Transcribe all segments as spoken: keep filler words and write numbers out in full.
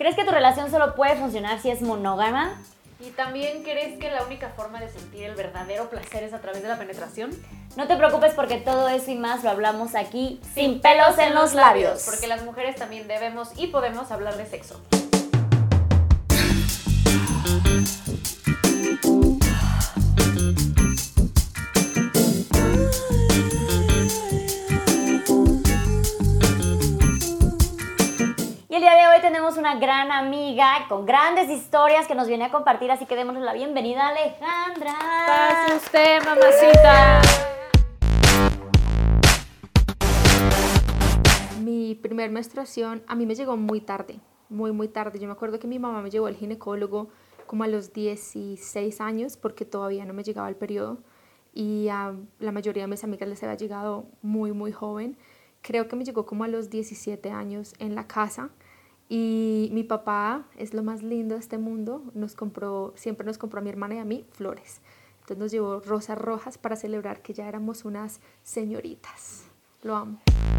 ¿Crees que tu relación solo puede funcionar si es monógama? ¿Y también crees que la única forma de sentir el verdadero placer es a través de la penetración? No te preocupes porque todo eso y más lo hablamos aquí sin pelos en los labios. Porque las mujeres también debemos y podemos hablar de sexo. Y el día de hoy tenemos una gran amiga con grandes historias que nos viene a compartir, así que démosle la bienvenida a Alejandra. Pase usted, mamacita. Mi primer menstruación a mí me llegó muy tarde, muy muy tarde. Yo me acuerdo que mi mamá me llevó al ginecólogo como a los dieciséis años porque todavía no me llegaba el periodo y a la mayoría de mis amigas les había llegado muy muy joven. Creo que me llegó como a los diecisiete años en la casa y mi papá, es lo más lindo de este mundo, nos compró, siempre nos compró a mi hermana y a mí flores. Entonces nos llevó rosas rojas para celebrar que ya éramos unas señoritas. Lo amo.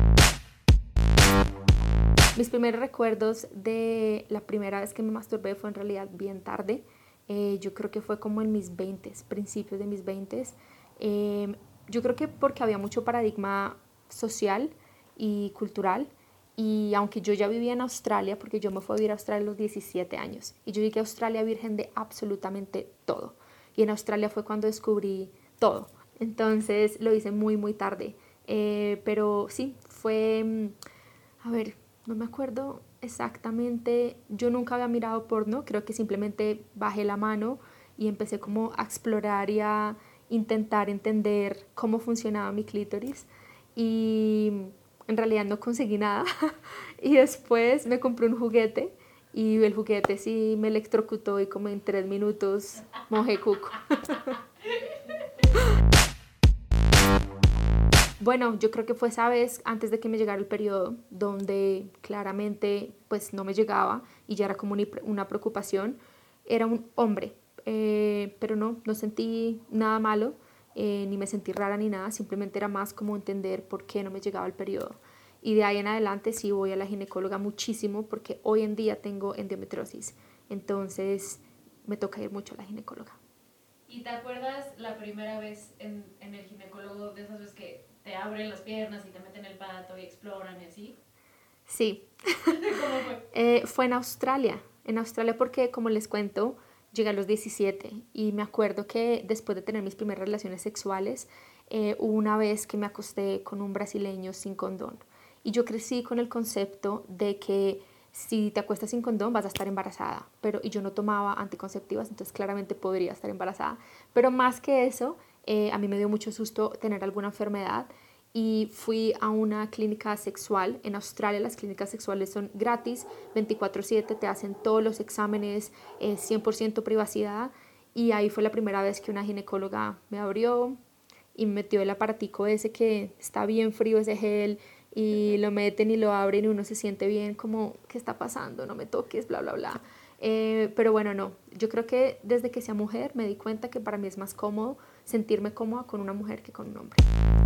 Mis primeros recuerdos de la primera vez que me masturbé fue en realidad bien tarde. Eh, yo creo que fue como en mis veintes, principios de mis veintes. Eh, yo creo que porque había mucho paradigma social y cultural. Y aunque yo ya vivía en Australia, porque yo me fui a vivir a Australia a los diecisiete años, y yo llegué a Australia virgen de absolutamente todo. Y en Australia fue cuando descubrí todo. Entonces lo hice muy, muy tarde. Eh, pero sí, fue... A ver, no me acuerdo exactamente. Yo nunca había mirado porno. Creo que simplemente bajé la mano y empecé como a explorar y a intentar entender cómo funcionaba mi clítoris. Y... en realidad no conseguí nada y después me compré un juguete y el juguete sí me electrocutó y como en tres minutos mojé cuco. Bueno, yo creo que fue esa vez antes de que me llegara el periodo donde claramente pues no me llegaba y ya era como una preocupación. Era un hombre, eh, pero no, no sentí nada malo. Eh, ni me sentí rara ni nada, simplemente era más como entender por qué no me llegaba el periodo. Y de ahí en adelante sí voy a la ginecóloga muchísimo porque hoy en día tengo endometriosis, entonces me toca ir mucho a la ginecóloga. ¿Y te acuerdas la primera vez en, en el ginecólogo de esas veces que te abren las piernas y te meten el pato y exploran y así? Sí. ¿Cómo fue? Eh, fue en Australia, en Australia porque como les cuento, llegué a los diecisiete y me acuerdo que después de tener mis primeras relaciones sexuales, eh, hubo una vez que me acosté con un brasileño sin condón. Y yo crecí con el concepto de que si te acuestas sin condón vas a estar embarazada. Pero, y yo no tomaba anticonceptivas, entonces claramente podría estar embarazada. Pero más que eso, eh, a mí me dio mucho susto tener alguna enfermedad. Y fui a una clínica sexual. En Australia las clínicas sexuales son gratis, veinticuatro siete, te hacen todos los exámenes, eh, cien por ciento privacidad. Y ahí fue la primera vez que una ginecóloga me abrió y me metió el aparatico ese que está bien frío, ese gel, y lo meten y lo abren y uno se siente bien como, ¿qué está pasando? No me toques, bla, bla, bla. Eh, pero bueno, no, yo creo que desde que sea mujer me di cuenta que para mí es más cómodo sentirme cómoda con una mujer que con un hombre.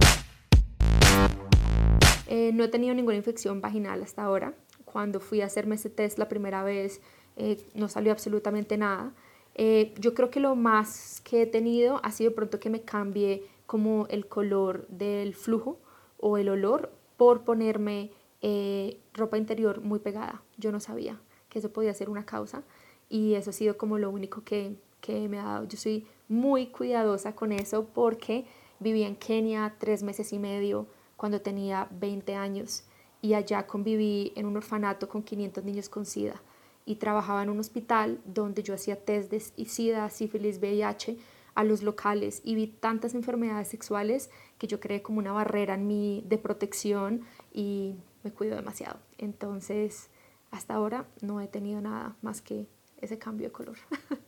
Eh, no he tenido ninguna infección vaginal hasta ahora. Cuando fui a hacerme ese test la primera vez eh, no salió absolutamente nada. Eh, yo creo que lo más que he tenido ha sido pronto que me cambie como el color del flujo o el olor por ponerme eh, ropa interior muy pegada. Yo no sabía que eso podía ser una causa y eso ha sido como lo único que, que me ha dado. Yo soy muy cuidadosa con eso porque viví en Kenia tres meses y medio cuando tenía veinte años y allá conviví en un orfanato con quinientos niños con SIDA y trabajaba en un hospital donde yo hacía test de SIDA, sífilis, V I H a los locales y vi tantas enfermedades sexuales que yo creé como una barrera en mí de protección y me cuido demasiado. Entonces, hasta ahora no he tenido nada más que ese cambio de color.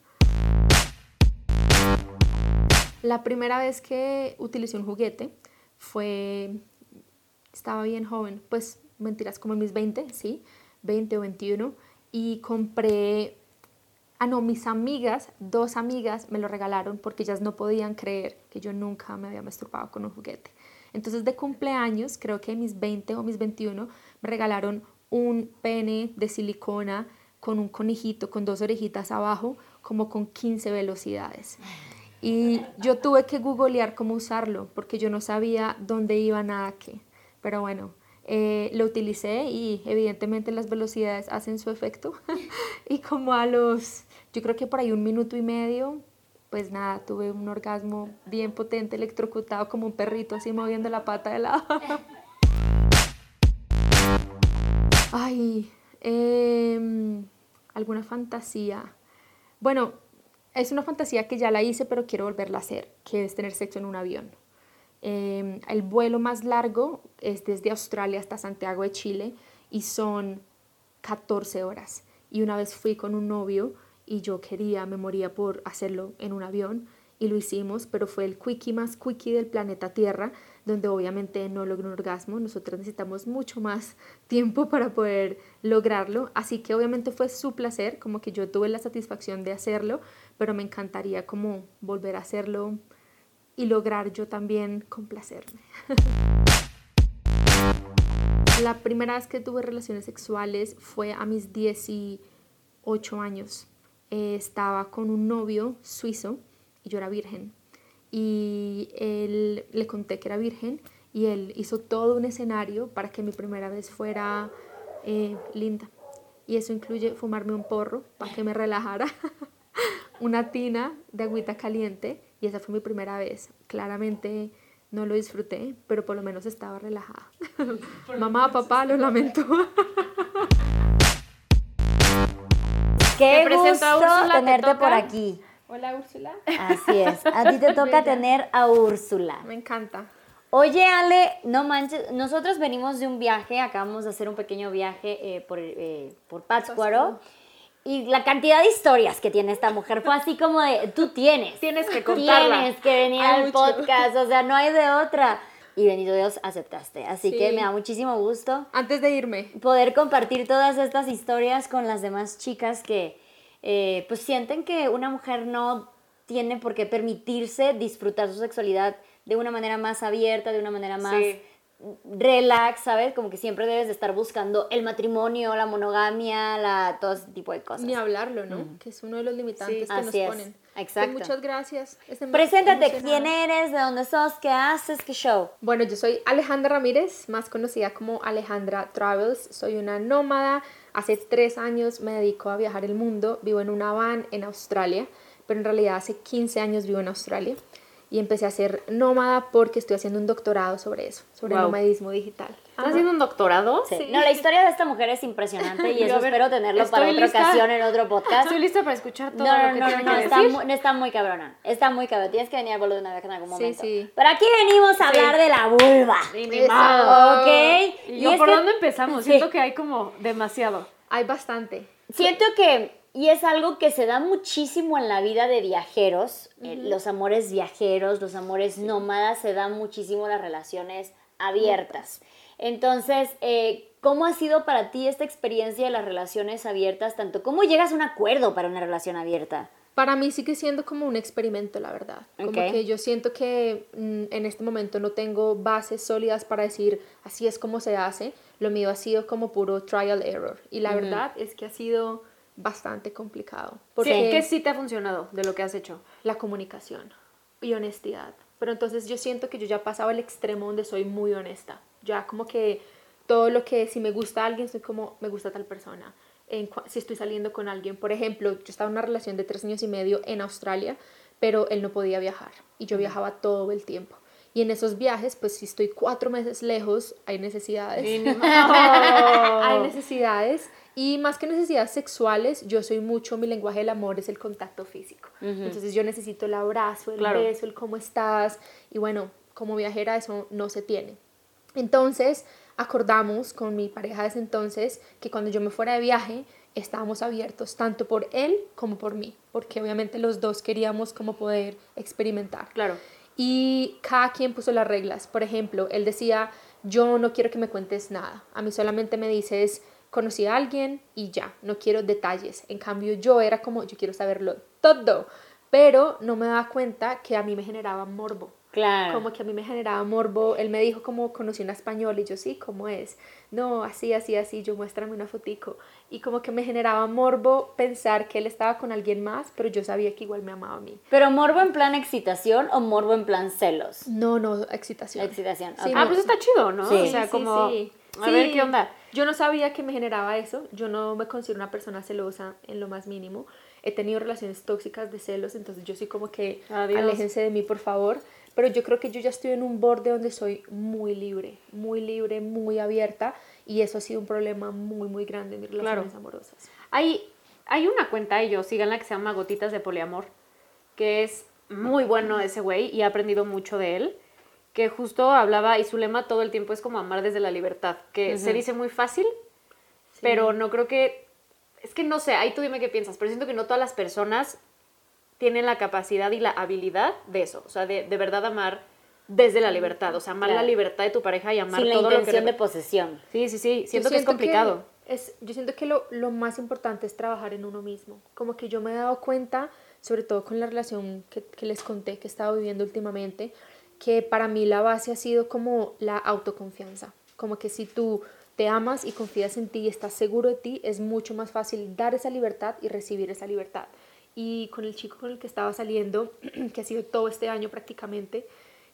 La primera vez que utilicé un juguete fue... Estaba bien joven, pues mentiras, como en mis veinte, sí, veinte o veintiuno, y compré, ah no, mis amigas, dos amigas me lo regalaron porque ellas no podían creer que yo nunca me había masturbado con un juguete. Entonces de cumpleaños, creo que mis veinte o mis veintiuno, me regalaron un pene de silicona con un conejito, con dos orejitas abajo, como con quince velocidades. Y yo tuve que googlear cómo usarlo, porque yo no sabía dónde iba nada qué. Pero bueno, eh, lo utilicé y evidentemente las velocidades hacen su efecto. Y como a los, yo creo que por ahí un minuto y medio, pues nada, tuve un orgasmo bien potente, electrocutado como un perrito, así moviendo la pata de lado. Ay, eh, alguna fantasía. Bueno, es una fantasía que ya la hice, pero quiero volverla a hacer, que es tener sexo en un avión. Eh, el vuelo más largo es desde Australia hasta Santiago de Chile y son catorce horas. Y una vez fui con un novio y yo quería, me moría por hacerlo en un avión y lo hicimos, pero fue el quickie más quickie del planeta Tierra, donde obviamente no logré un orgasmo. Nosotros necesitamos mucho más tiempo para poder lograrlo, así que obviamente fue su placer, como que yo tuve la satisfacción de hacerlo, pero me encantaría como volver a hacerlo y lograr yo también complacerme. La primera vez que tuve relaciones sexuales fue a mis dieciocho años. Eh, estaba con un novio suizo y yo era virgen. Y él, le conté que era virgen y él hizo todo un escenario para que mi primera vez fuera eh, linda. Y eso incluye fumarme un porro para que me relajara, una tina de agüita caliente, y esa fue mi primera vez. Claramente no lo disfruté, pero por lo menos estaba relajada. Mamá, papá, lo lamento. Qué Te presento a gusto Úrsula, te tenerte toca. por aquí. Hola, Úrsula. Así es, a ti te toca tener a Úrsula. Me encanta. Oye, Ale, no manches, nosotros venimos de un viaje, acabamos de hacer un pequeño viaje eh, por, eh, por Pátzcuaro, y la cantidad de historias que tiene esta mujer fue así como de, tú tienes. Tienes que contarla. Tienes que venir Hay al mucho. podcast, o sea, no hay de otra. Y bendito Dios, aceptaste. Así Sí. que me da muchísimo gusto Antes de irme, poder compartir todas estas historias con las demás chicas que eh, pues sienten que una mujer no tiene por qué permitirse disfrutar su sexualidad de una manera más abierta, de una manera más Sí. relax, ¿sabes? Como que siempre debes de estar buscando el matrimonio, la monogamia, la, todo ese tipo de cosas. ni hablarlo, ¿no? Que es uno de los limitantes Sí. que Así nos es, ponen. exacto. Pues muchas gracias. Estoy muy Preséntate, emocionada. ¿quién eres? ¿De dónde sos? ¿Qué haces? ¿Qué show? Bueno, yo soy Alejandra Ramírez, más conocida como Alejandra Travels. Soy una nómada. Hace tres años me dedico a viajar el mundo. Vivo en una van en Australia, pero en realidad hace quince años vivo en Australia. Y empecé a ser nómada porque estoy haciendo un doctorado sobre eso, sobre Wow. nomadismo digital. ¿Estás haciendo un doctorado? Sí. Sí. No, la historia de esta mujer es impresionante y Yo, eso a ver, espero tenerlo para estoy otra lista. ocasión en otro podcast. Estoy lista para escuchar todo No, no, lo que no, no, tiene no, que está decir. muy, está muy cabrona. Está muy cabrona. Tienes que venir al bolo de una vez en algún Sí, momento. sí. Pero aquí venimos a hablar de la vulva. Sí, ni Eso. modo. ¿Ok? ¿Y Y yo es por que- dónde empezamos? Sí. Siento que hay como demasiado. Hay bastante. Siento que, y es algo que se da muchísimo en la vida de viajeros, eh, los amores viajeros, los amores nómadas, se dan muchísimo las relaciones abiertas. Entonces, eh, ¿cómo ha sido para ti esta experiencia de las relaciones abiertas? Tanto, ¿cómo llegas a un acuerdo para una relación abierta? Para mí sigue siendo como un experimento, la verdad. Como Ok. que yo siento que mm, en este momento no tengo bases sólidas para decir así es como se hace. Lo mío ha sido como puro trial error. Y la verdad es que ha sido bastante complicado. Porque ¿Qué, ¿Qué sí te ha funcionado de lo que has hecho? la comunicación y honestidad. Pero entonces yo siento que yo ya he pasado al extremo donde soy muy honesta. Ya como que todo lo que, si me gusta a alguien, soy como, me gusta tal persona. En cua- si estoy saliendo con alguien, por ejemplo, yo estaba en una relación de tres años y medio en Australia, pero él no podía viajar y yo viajaba todo el tiempo. Y en esos viajes, pues si estoy cuatro meses lejos, hay necesidades. Y ni modo. Hay necesidades y más que necesidades sexuales, yo soy mucho, mi lenguaje del amor es el contacto físico. Entonces yo necesito el abrazo, el Claro. beso, el cómo estás y bueno, como viajera eso no se tiene. Entonces acordamos con mi pareja de ese entonces que cuando yo me fuera de viaje estábamos abiertos tanto por él como por mí, porque obviamente los dos queríamos como poder experimentar. Claro. Y cada quien puso las reglas. Por ejemplo, él decía, yo no quiero que me cuentes nada. A mí solamente me dices, conocí a alguien y ya, no quiero detalles. En cambio, yo era como, yo quiero saberlo todo. Pero no me daba cuenta que a mí me generaba morbo. Claro. Como que a mí me generaba morbo. Él me dijo como conocí una española y yo sí, ¿cómo es? No, así, así, así, yo muéstrame una fotico. Y como que me generaba morbo pensar que él estaba con alguien más, pero yo sabía que igual me amaba a mí. ¿Pero morbo en plan excitación o morbo en plan celos? No, no, excitación. Excitación, Sí, ok. Ah, pues está chido, ¿no? Sí. O sea, Sí, como, sí. a Sí. ver qué onda. Yo no sabía que me generaba eso. Yo no me considero una persona celosa en lo más mínimo. He tenido relaciones tóxicas de celos, entonces yo sí como que Adiós. aléjense de mí, por favor. Pero yo creo que yo ya estoy en un borde donde soy muy libre, muy libre, muy abierta. Y eso ha sido un problema muy, muy grande en mis relaciones Claro. amorosas. Hay, hay una cuenta, y yo síganla, que se llama Gotitas de Poliamor, que es muy bueno ese güey y he aprendido mucho de él, que justo hablaba, y su lema todo el tiempo es como amar desde la libertad, que se dice muy fácil, pero no creo que, es que no sé, ahí tú dime qué piensas, pero siento que no todas las personas tienen la capacidad y la habilidad de eso, o sea, de, de verdad amar desde la libertad, o sea, amar Claro. la libertad de tu pareja y amar Sin la todo lo que... intención de posesión. Sí, sí, sí, Yo siento que es complicado. es, yo siento que lo, lo más importante es trabajar en uno mismo. Como que yo me he dado cuenta, sobre todo con la relación que, que les conté que he estado viviendo últimamente, que para mí la base ha sido como la autoconfianza. Como que si tú te amas y confías en ti y estás seguro de ti, es mucho más fácil dar esa libertad y recibir esa libertad. Y con el chico con el que estaba saliendo, que ha sido todo este año prácticamente,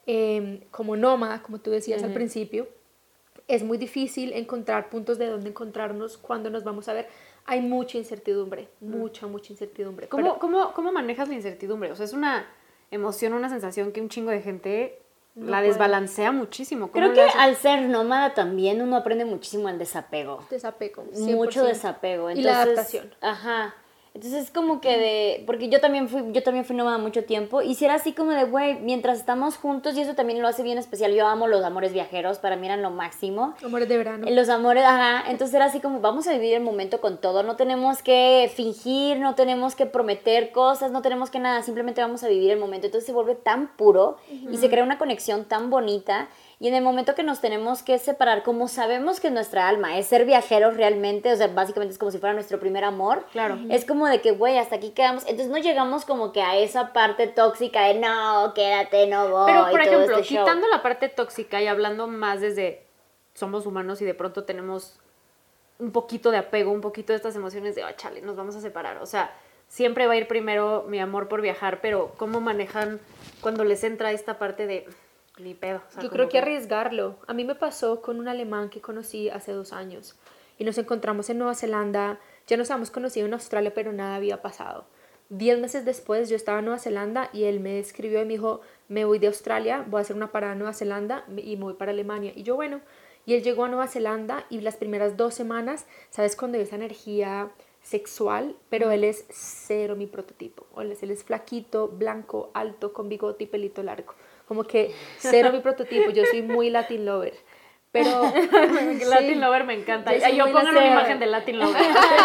eh, como nómada, como tú decías al principio, es muy difícil encontrar puntos de donde encontrarnos cuando nos vamos a ver. Hay mucha incertidumbre, mucha, mucha incertidumbre. ¿Cómo, Pero cómo, ¿Cómo manejas la incertidumbre? O sea, es una emoción, una sensación que un chingo de gente No la puede. desbalancea muchísimo. ¿Cómo Creo le que haces? al ser nómada también uno aprende muchísimo el desapego. desapego, Mucho cien por ciento. desapego. Y la Entonces, adaptación. Ajá. Entonces es como que de, porque yo también fui, yo también fui nómada mucho tiempo, y si era así como de, güey, mientras estamos juntos, y eso también lo hace bien especial, yo amo los amores viajeros, para mí eran lo máximo. Amores de verano. Los amores, ajá, entonces era así como, vamos a vivir el momento con todo, no tenemos que fingir, no tenemos que prometer cosas, no tenemos que nada, simplemente vamos a vivir el momento, entonces se vuelve tan puro, y se crea una conexión tan bonita, y en el momento que nos tenemos que separar, como sabemos que nuestra alma es ser viajeros realmente, o sea, básicamente es como si fuera nuestro primer amor. Claro. Es como de que, güey, hasta aquí quedamos. Entonces no llegamos como que a esa parte tóxica de no, quédate, no voy. Pero, por y todo ejemplo, este show. quitando la parte tóxica y hablando más desde somos humanos y de pronto tenemos un poquito de apego, un poquito de estas emociones de, oh, chale, nos vamos a separar. O sea, siempre va a ir primero mi amor por viajar, pero ¿cómo manejan cuando les entra esta parte de ni pedo? O sea, Yo como creo que arriesgarlo. A mí me pasó con un alemán que conocí hace dos años y nos encontramos en Nueva Zelanda. Ya nos habíamos conocido en Australia, pero nada había pasado. Diez meses después yo estaba en Nueva Zelanda y él me escribió y me dijo, me voy de Australia, voy a hacer una parada en Nueva Zelanda y me voy para Alemania. Y yo, bueno, y él llegó a Nueva Zelanda y las primeras dos semanas, ¿sabes? Cuando hay esa energía sexual, pero él es cero mi prototipo. Él es, él es flaquito, blanco, alto, con bigote y pelito largo. Como que cero mi prototipo, yo soy muy Latin lover. Pero Latin sí, Lover me encanta. yo soy Yo muy pongan Latin una lover. imagen de Latin Lover.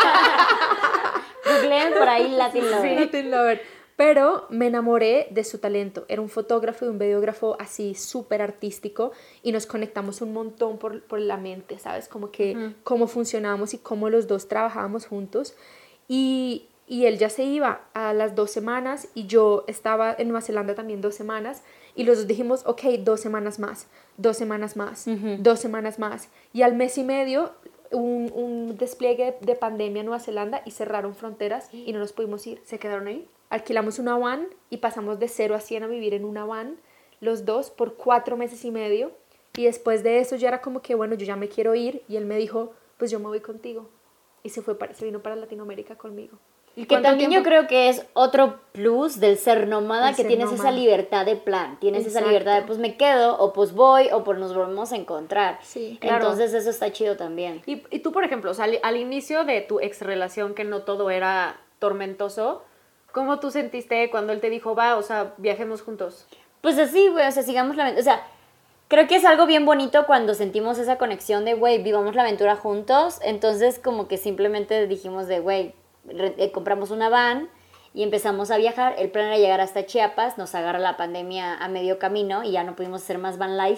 Googleen por ahí Latin Lover. Latin lover. Pero me enamoré de su talento. Era un fotógrafo y un videógrafo así súper artístico y nos conectamos un montón por, por la mente, ¿sabes? Como que uh-huh. cómo funcionábamos y cómo los dos trabajábamos juntos. Y, y él ya se iba a las dos semanas y yo estaba en Nueva Zelanda también dos semanas y los dos dijimos, ok, dos semanas más, dos semanas más, uh-huh. dos semanas más. Y al mes y medio un, un despliegue de pandemia en Nueva Zelanda y cerraron fronteras y no nos pudimos ir. ¿Se quedaron ahí? Alquilamos una van y pasamos de cero a cien a vivir en una van, los dos, por cuatro meses y medio. Y después de eso ya era como que, bueno, yo ya me quiero ir. Y él me dijo, pues yo me voy contigo. Y se fue para, se vino para Latinoamérica conmigo. Y que también tiempo? Yo creo que es otro plus del ser nómada, el que ser tienes nómada. Esa libertad de plan. Tienes Exacto. Esa libertad de, pues me quedo, o pues voy, o pues nos volvemos a encontrar. Sí, claro. Entonces eso está chido también. Y, y tú, por ejemplo, o sea, al, al inicio de tu ex relación, que no todo era tormentoso, ¿cómo tú sentiste cuando él te dijo, va, o sea, viajemos juntos? Pues así, güey, o sea, sigamos la... O sea, creo que es algo bien bonito cuando sentimos esa conexión de, güey, vivamos la aventura juntos. Entonces, como que simplemente dijimos de, güey, eh, compramos una van y empezamos a viajar. El plan era llegar hasta Chiapas, nos agarra la pandemia a medio camino y ya no pudimos hacer más van life.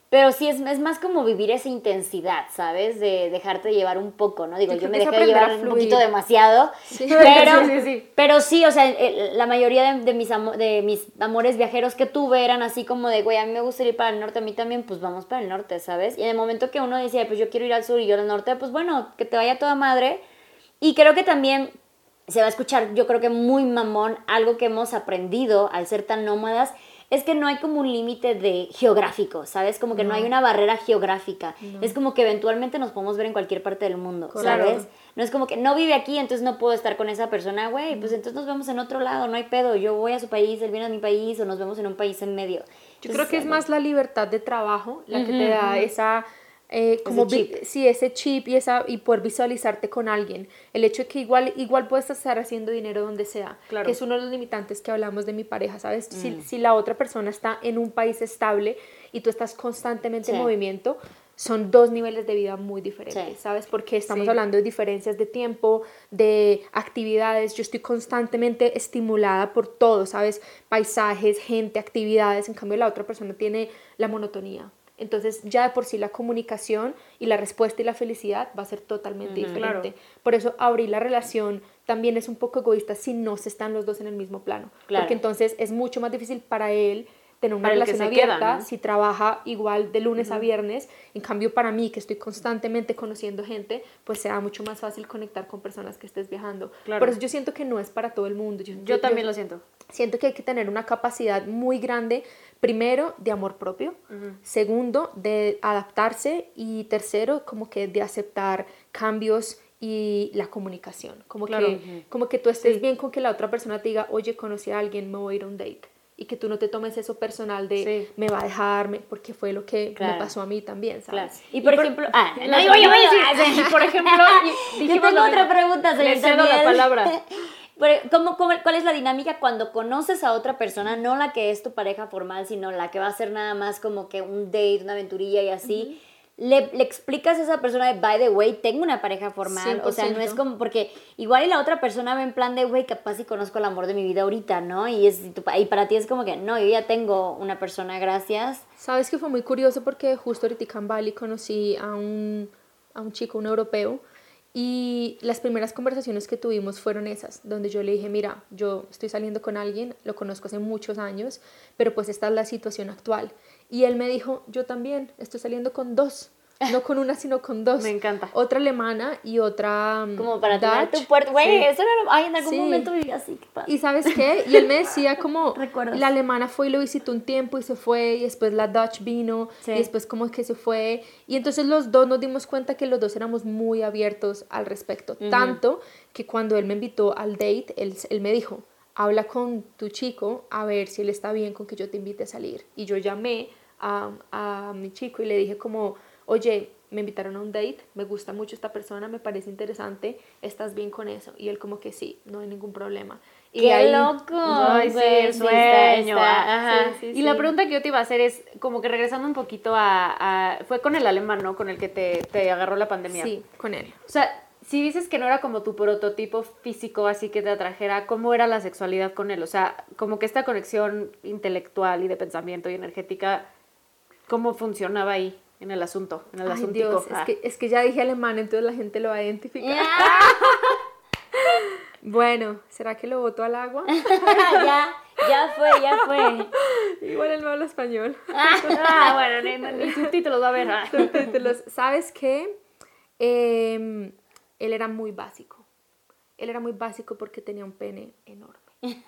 Pero sí, es, es más como vivir esa intensidad, ¿sabes? De dejarte llevar un poco, ¿no? Digo, Yo yo, creo me que es dejé aprender a llevar un fluir. poquito demasiado, Sí. pero, Sí, sí, sí. pero sí, o sea, el- la mayoría de, de mis amo- de mis amores viajeros que tuve eran así como de, güey, a mí me gusta ir para el norte, a mí también, pues vamos para el norte, ¿sabes? Y en el momento que uno decía, pues yo quiero ir al sur y yo al norte, pues bueno, que te vaya toda madre. Y creo que también se va a escuchar, yo creo que muy mamón, algo que hemos aprendido al ser tan nómadas, es que no hay como un límite de geográfico, ¿sabes? Como que no, No. hay una barrera geográfica. No. Es como que eventualmente nos podemos ver en cualquier parte del mundo, Claro. ¿sabes? No es como que no vive aquí, entonces no puedo estar con esa persona, güey, pues entonces nos vemos en otro lado, no hay pedo. Yo voy a su país, él viene a mi país, o nos vemos en un país en medio. Yo creo que es más la libertad de trabajo la que Ujú, te da ujú. esa, eh, como vi- chip. sí, ese chip y, esa, y poder visualizarte con alguien. El hecho de que igual, igual puedes estar haciendo dinero donde sea, Claro. que es uno de los limitantes que hablamos de mi pareja, ¿sabes? Mm. Si, si la otra persona está en un país estable y tú estás constantemente en Sí. movimiento, son dos niveles de vida muy diferentes, Sí. ¿sabes? Porque estamos Sí. hablando de diferencias de tiempo, de actividades. Yo estoy constantemente estimulada por todo, ¿sabes? Paisajes, gente, actividades. En cambio, la otra persona tiene la monotonía. Entonces, ya de por sí la comunicación y la respuesta y la felicidad va a ser totalmente Ujú. diferente. Por eso, abrir la relación también es un poco egoísta si no se están los dos en el mismo plano. Claro. Porque entonces es mucho más difícil para él tener una Para el que relación se queda, abierta ¿no? si trabaja igual de lunes a viernes. En cambio, para mí, que estoy constantemente conociendo gente, pues será mucho más fácil conectar con personas que estés viajando. Claro. Por eso yo siento que no es para todo el mundo. Yo, Yo también lo siento. Siento que hay que tener una capacidad muy grande, primero, de amor propio, segundo, de adaptarse y tercero, como que de aceptar cambios y la comunicación. Como, Claro. que, como que tú estés Sí. bien con que la otra persona te diga, oye, conocí a alguien, me voy a ir a un date. Y que tú no te tomes eso personal de Sí. me va a dejarme, porque fue lo que Claro. me pasó a mí también, Claro. ¿sabes? Y por Y por- ejemplo, ah, No, no, yo yo, voy yo, a yo, decir, por ejemplo, yo dijimos tengo lo otra mismo. pregunta, señor. Le cedo la Daniel. palabra. Pero, ¿cómo, cómo, ¿Cuál es la dinámica cuando conoces a otra persona, no la que es tu pareja formal, sino la que va a ser nada más como que un date, una aventurilla y así? Le, le explicas a esa persona de, by the way, tengo una pareja formal. O sea, no es como, porque igual y la otra persona ve en plan de, güey, capaz si conozco el amor de mi vida ahorita, ¿no? Y, es, y tu- y para ti es como que, no, yo ya tengo una persona, gracias. Sabes que fue muy curioso porque justo ahorita en Bali conocí a un, a un chico, un europeo, y las primeras conversaciones que tuvimos fueron esas, donde yo le dije, mira, yo estoy saliendo con alguien, lo conozco hace muchos años, pero pues esta es la situación actual. Y él me dijo, yo también estoy saliendo con dos, no con una, sino con dos. Me encanta. Otra alemana y otra um, Como para tener Dutch. tu puerto. Güey, Sí. eso era, ay, en algún Sí. momento viví así, qué padre. ¿Y sabes qué? Y él me decía como, Recuerdos. la alemana fue y lo visitó un tiempo y se fue, y después la Dutch vino, Sí. y después como que se fue. Y entonces los dos nos dimos cuenta que los dos éramos muy abiertos al respecto. Tanto que cuando él me invitó al date, él, él me dijo, habla con tu chico a ver si él está bien con que yo te invite a salir. Y yo llamé a, a mi chico y le dije como, oye, me invitaron a un date, me gusta mucho esta persona, me parece interesante, ¿estás bien con eso? Y él como que sí, no hay ningún problema. Y de ¡Qué ahí- loco! Ay, sí, güey, el sí, sueño. está- está, ajá. Sí, sí, Y sí. la pregunta que yo te iba a hacer es, como que regresando un poquito a... a- fue con el alemán, ¿no? Con el que te, te agarró la pandemia. Sí, con él. O sea, si dices que no era como tu prototipo físico, así que te atrajera, ¿cómo era la sexualidad con él? O sea, como que esta conexión intelectual y de pensamiento y energética, ¿cómo funcionaba ahí en el asunto? En el Ay, asuntico. Dios, Ah. es que, es que ya dije alemán, entonces la gente lo va a identificar. Bueno, ¿será que lo boto al agua? ya, ya fue, ya fue. Igual él no habla español. Ah, bueno, ni, ni subtítulos va a haber. Ah. Subtítulos. ¿Sabes qué? Eh, él era muy básico. Él era muy básico porque tenía un pene enorme.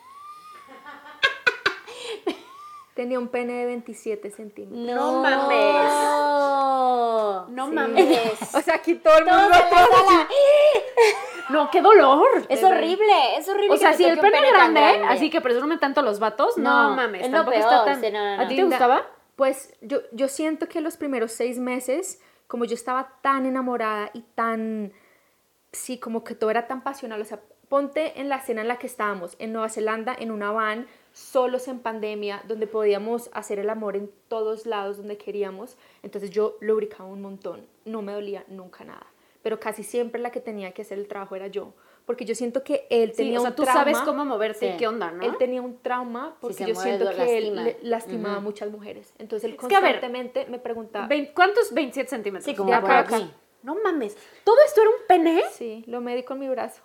Tenía un pene de veintisiete centímetros. No, mames. No No Sí. mames. O sea, aquí todo el Todo mundo... se le sala. No, qué dolor. Es horrible, es horrible. O sea, que si te el toque un pene pene tan grande, grande. así que presumen tanto los vatos, no, No, mames, es lo tampoco peor, está tan... sí, no, no, ¿A no. ti te Linda, gustaba? Pues yo, yo siento que los primeros seis meses, como yo estaba tan enamorada y tan, sí, como que todo era tan pasional, o sea, ponte en la escena en la que estábamos, en Nueva Zelanda, en una van, solos en pandemia, donde podíamos hacer el amor en todos lados donde queríamos, entonces yo lubricaba un montón, no me dolía nunca nada, pero casi siempre la que tenía que hacer el trabajo era yo, porque yo siento que él Sí, tenía o sea, un tú trauma. sabes cómo moverte, Sí. qué onda, ¿no? Él tenía un trauma porque se yo mueve, siento lo que lastima. él le- lastimaba a Ujú. muchas mujeres. Entonces él Es que, a ver, constantemente me preguntaba. Vein- ¿Cuántos? veintisiete centímetros. Sí, como de por acá a aquí. acá. No mames. ¿Todo esto era un pene? Sí, lo medí con mi brazo.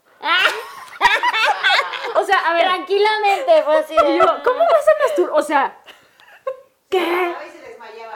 O sea, a ver, Tranquilamente, fue así de... yo, ¿cómo vas a masturbar? O sea, ¿qué? Ay, se desmayaba.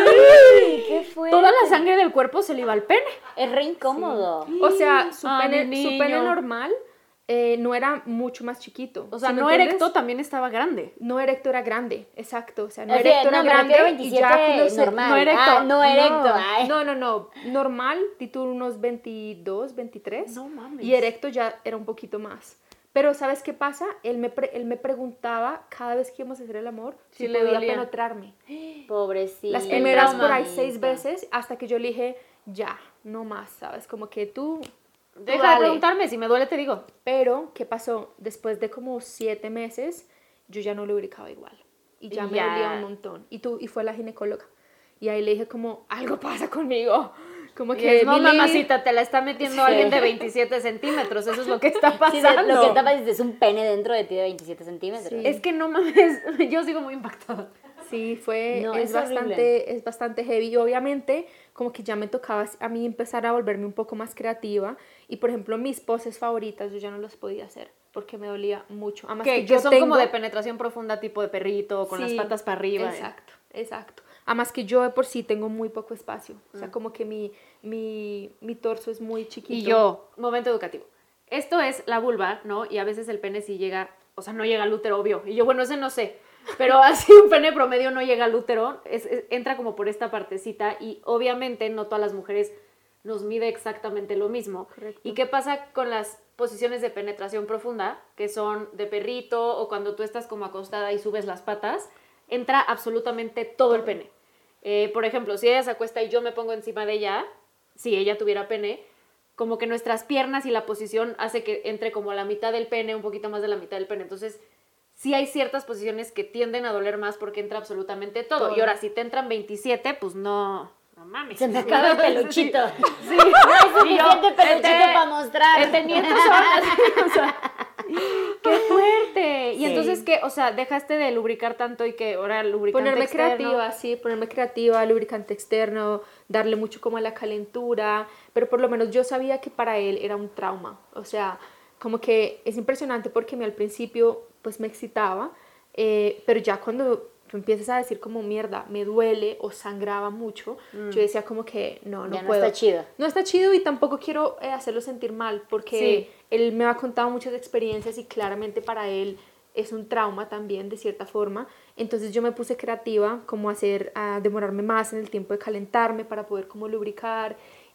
Ay, ¿qué fue? Toda la sangre del cuerpo se le iba al pene. Es re incómodo. O sea, su, Ay, pene, mi su pene niño. normal eh, no era mucho más chiquito. O sea, ¿Sí me no entiendes? erecto también estaba grande. No erecto era grande, exacto. O sea, no O sea, erecto no, era me grande refiero a y veintisiete ya cuando se- normal. no erecto. Ah, no erecto. No, ay. no, no, no. Normal, título unos veintidós, veintitrés. No mames. Y erecto ya era un poquito más. Pero ¿sabes qué pasa? Él me, pre- él me preguntaba cada vez que íbamos a hacer el amor Sí si le podía dolía. penetrarme. Pobrecito. Las primeras trauma. por ahí seis veces hasta que yo le dije, ya, no más, ¿sabes? Como que tú... tú Deja de dale. preguntarme, si me duele te digo. Pero, ¿qué pasó? Después de como siete meses, yo ya no lubricaba igual. Y ya me Ya. dolía un montón. Y, tú, y fue la ginecóloga. Y ahí le dije como, algo pasa conmigo. Como Y que, es, no, mi Lili- mamacita, te la está metiendo Sí. alguien de veintisiete centímetros. Eso es lo que está Sí, pasando. de- lo que está pasando es un pene dentro de ti de veintisiete centímetros. Sí. Es que no mames, yo sigo muy impactada. Sí, fue, No, es, es horrible. bastante, es bastante heavy. Y obviamente, como que ya me tocaba a mí empezar a volverme un poco más creativa. Y, por ejemplo, mis poses favoritas yo ya no las podía hacer porque me dolía mucho. Además Que, que, que yo son tengo... como de penetración profunda, tipo de perrito, con Sí, las patas para arriba. Exacto, exacto. Además que yo de por sí tengo muy poco espacio. O sea, como que mi, mi, mi torso es muy chiquito. Y yo, momento educativo. Esto es la vulva, ¿no? Y a veces el pene sí llega, o sea, no llega al útero, obvio. Y yo, bueno, ese no sé. Pero así un pene promedio no llega al útero, es, es- entra como por esta partecita y obviamente no todas las mujeres nos mide exactamente lo mismo. Correcto. ¿Y qué pasa con las posiciones de penetración profunda, que son de perrito o cuando tú estás como acostada y subes las patas? Entra absolutamente todo el pene. Eh, por ejemplo, si ella se acuesta y yo me pongo encima de ella, si ella tuviera pene, como que nuestras piernas y la posición hace que entre como a la mitad del pene, un poquito más de la mitad del pene. Entonces, sí hay ciertas posiciones que tienden a doler más porque entra absolutamente todo. Todo. Y ahora, si te entran veintisiete, pues no, no mames. Se me acaba el peluchito. Sí. No hay suficiente Y yo, peluchito este- para mostrar. Este nieto son- o sea, ¡qué fuerte! Y Sí. entonces, ¿qué? O sea, dejaste de lubricar tanto y que ahora lubricante Ponerme externo. creativa, sí, ponerme creativa, lubricante externo, darle mucho como a la calentura, pero por lo menos yo sabía que para él era un trauma, o sea, como que es impresionante porque a mí al principio pues me excitaba, eh, pero ya cuando tú empiezas a decir como mierda, me duele o sangraba mucho, yo decía como que no, no Ya no puedo. está chido. No está chido y tampoco quiero eh, hacerlo sentir mal porque Sí. él me ha contado muchas experiencias y claramente para él es un trauma también de cierta forma. Entonces yo me puse creativa como hacer, a demorarme más en el tiempo de calentarme para poder como lubricar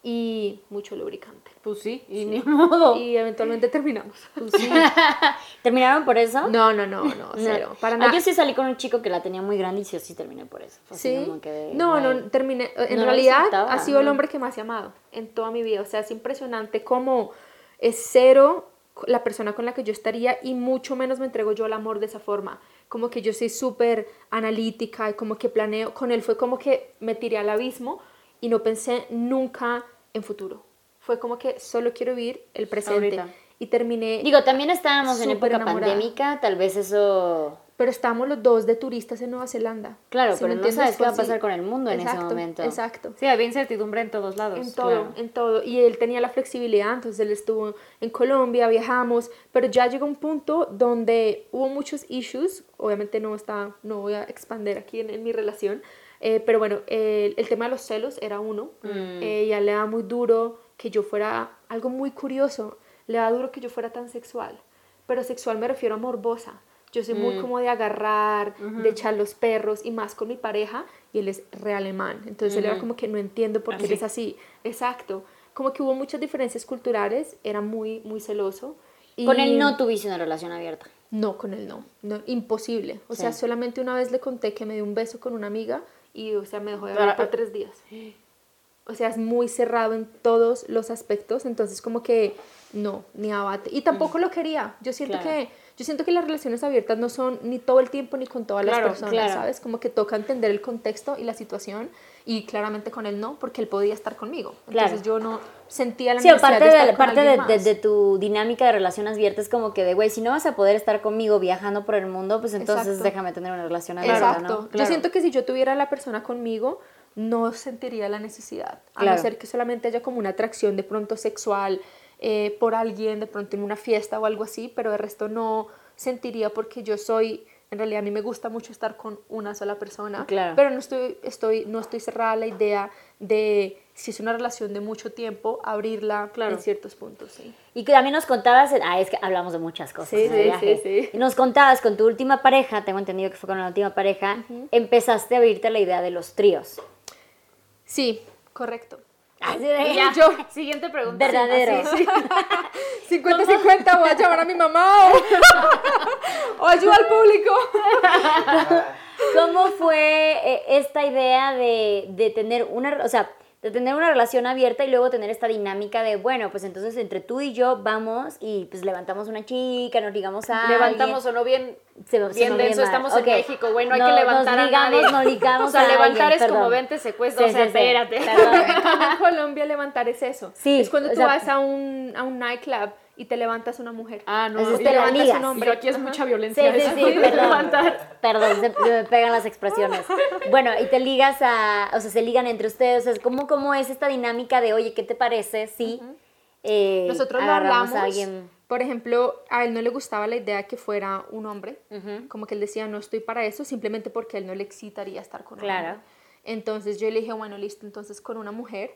y mucho lubricante. Pues sí, y ni modo. Y eventualmente terminamos. Pues sí. ¿Terminaron por eso? No, no, no, no, cero, para Ah, nada. yo sí salí con un chico que la tenía muy grande y sí, sí terminé por eso. Fue así Sí. como que de, No, no, güey. terminé. En No lo realidad disfrutaba, ha sido el ¿no? hombre que más he amado en toda mi vida. O sea, es impresionante cómo es cero la persona con la que yo estaría y mucho menos me entrego yo al amor de esa forma. Como que yo soy súper analítica y como que planeo. Con él fue como que me tiré al abismo y no pensé nunca en futuro. Fue como que solo quiero vivir el presente. Ahorita. Y terminé. Digo, también estábamos en Súper época enamorada. pandémica, tal vez eso... Pero estábamos los dos de turistas en Nueva Zelanda. Claro, ¿Sí pero me no entiendes? sabes qué va a Fue así. pasar con el mundo en ese Exacto, momento. Exacto. Sí, había incertidumbre en todos lados. En todo, claro. en todo. Y él tenía la flexibilidad, entonces él estuvo en Colombia, viajamos, pero ya llegó un punto donde hubo muchos issues, obviamente no está, no voy a expandir aquí en, en mi relación, eh, pero bueno, el, el tema de los celos era uno, Mm. eh, ella le daba muy duro que yo fuera, algo muy curioso, le daba duro que yo fuera tan sexual, pero sexual me refiero a morbosa. Yo soy muy Mm. como de agarrar, de echar los perros y más con mi pareja y él es re alemán. Entonces él era Ujú. como que no entiendo por qué Así. eres así. Exacto. Como que hubo muchas diferencias culturales, era muy, muy celoso. Y Con él no tuviste una relación abierta. No, con él no. no imposible. O Sí. sea, solamente una vez le conté que me dio un beso con una amiga y, o sea, me dejó de Pero- hablar por tres días. O sea, es muy cerrado en todos los aspectos, entonces como que no, ni abate. Y tampoco lo quería. Yo siento Claro. que Yo siento que las relaciones abiertas no son ni todo el tiempo ni con todas Claro, las personas, claro. ¿sabes? Como que toca entender el contexto y la situación y claramente con él no, porque él podía estar conmigo. Entonces Claro. yo no sentía la Sí, o necesidad parte de de, estar con parte de, alguien de- más. de tu dinámica de relación abierta es como que de, güey, si no vas a poder estar conmigo viajando por el mundo, pues entonces Exacto. déjame tener una relación abierta, Exacto. ¿no? Yo Claro. siento que si yo tuviera a la persona conmigo, no sentiría la necesidad. A Claro. no ser que solamente haya como una atracción de pronto sexual eh, por alguien, de pronto en una fiesta o algo así, pero de resto no sentiría porque yo soy, en realidad a mí me gusta mucho estar con una sola persona, Claro. pero no estoy, estoy, no estoy cerrada a la idea de, si es una relación de mucho tiempo, abrirla Claro. en ciertos puntos, sí. Y que también nos contabas, ah, es que hablamos de muchas cosas Sí, en el sí, viaje. sí, sí. Y nos contabas con tu última pareja, tengo entendido que fue con la última pareja, empezaste a abrirte la idea de los tríos. Sí, correcto. Así de- Ya, Yo- siguiente pregunta. Verdadero. Sí, sí. cincuenta cincuenta, voy a llamar a mi mamá o, o ayuda al público. ¿Cómo fue eh, esta idea de, de tener una, o sea, de tener una relación abierta y luego tener esta dinámica de, bueno, pues entonces entre tú y yo vamos y pues levantamos una chica, nos ligamos a Levantamos alguien. o no bien, Se- se bien nos viene denso, mal. estamos Ok. en México, güey, no hay No, que levantar nos ligamos, a nadie. no ligamos O sea, a levantar alguien, es como perdón. ven, te secuestro, Sí, o sea, sí, sí. espérate. Perdón. En cambio, en Colombia levantar es eso. Sí, es cuando o tú sea- vas a un, a un nightclub y te levantas una mujer. Ah, no, Entonces y te la levantas ligas. un hombre. Aquí es mucha Sí, violencia. sí, eso. sí, perdón. Levantar. Perdón, se, se me pegan las expresiones. Bueno, y te ligas a, o sea, se ligan entre ustedes, o sea, ¿cómo, cómo es esta dinámica de, oye, ¿qué te parece si eh, Nosotros lo agarramos hablamos. a alguien? Por ejemplo, a él no le gustaba la idea que fuera un hombre. Ujú. Como que él decía, no estoy para eso, simplemente porque a él no le excitaría estar con un Claro. hombre. Entonces yo le dije, bueno, listo, entonces con una mujer.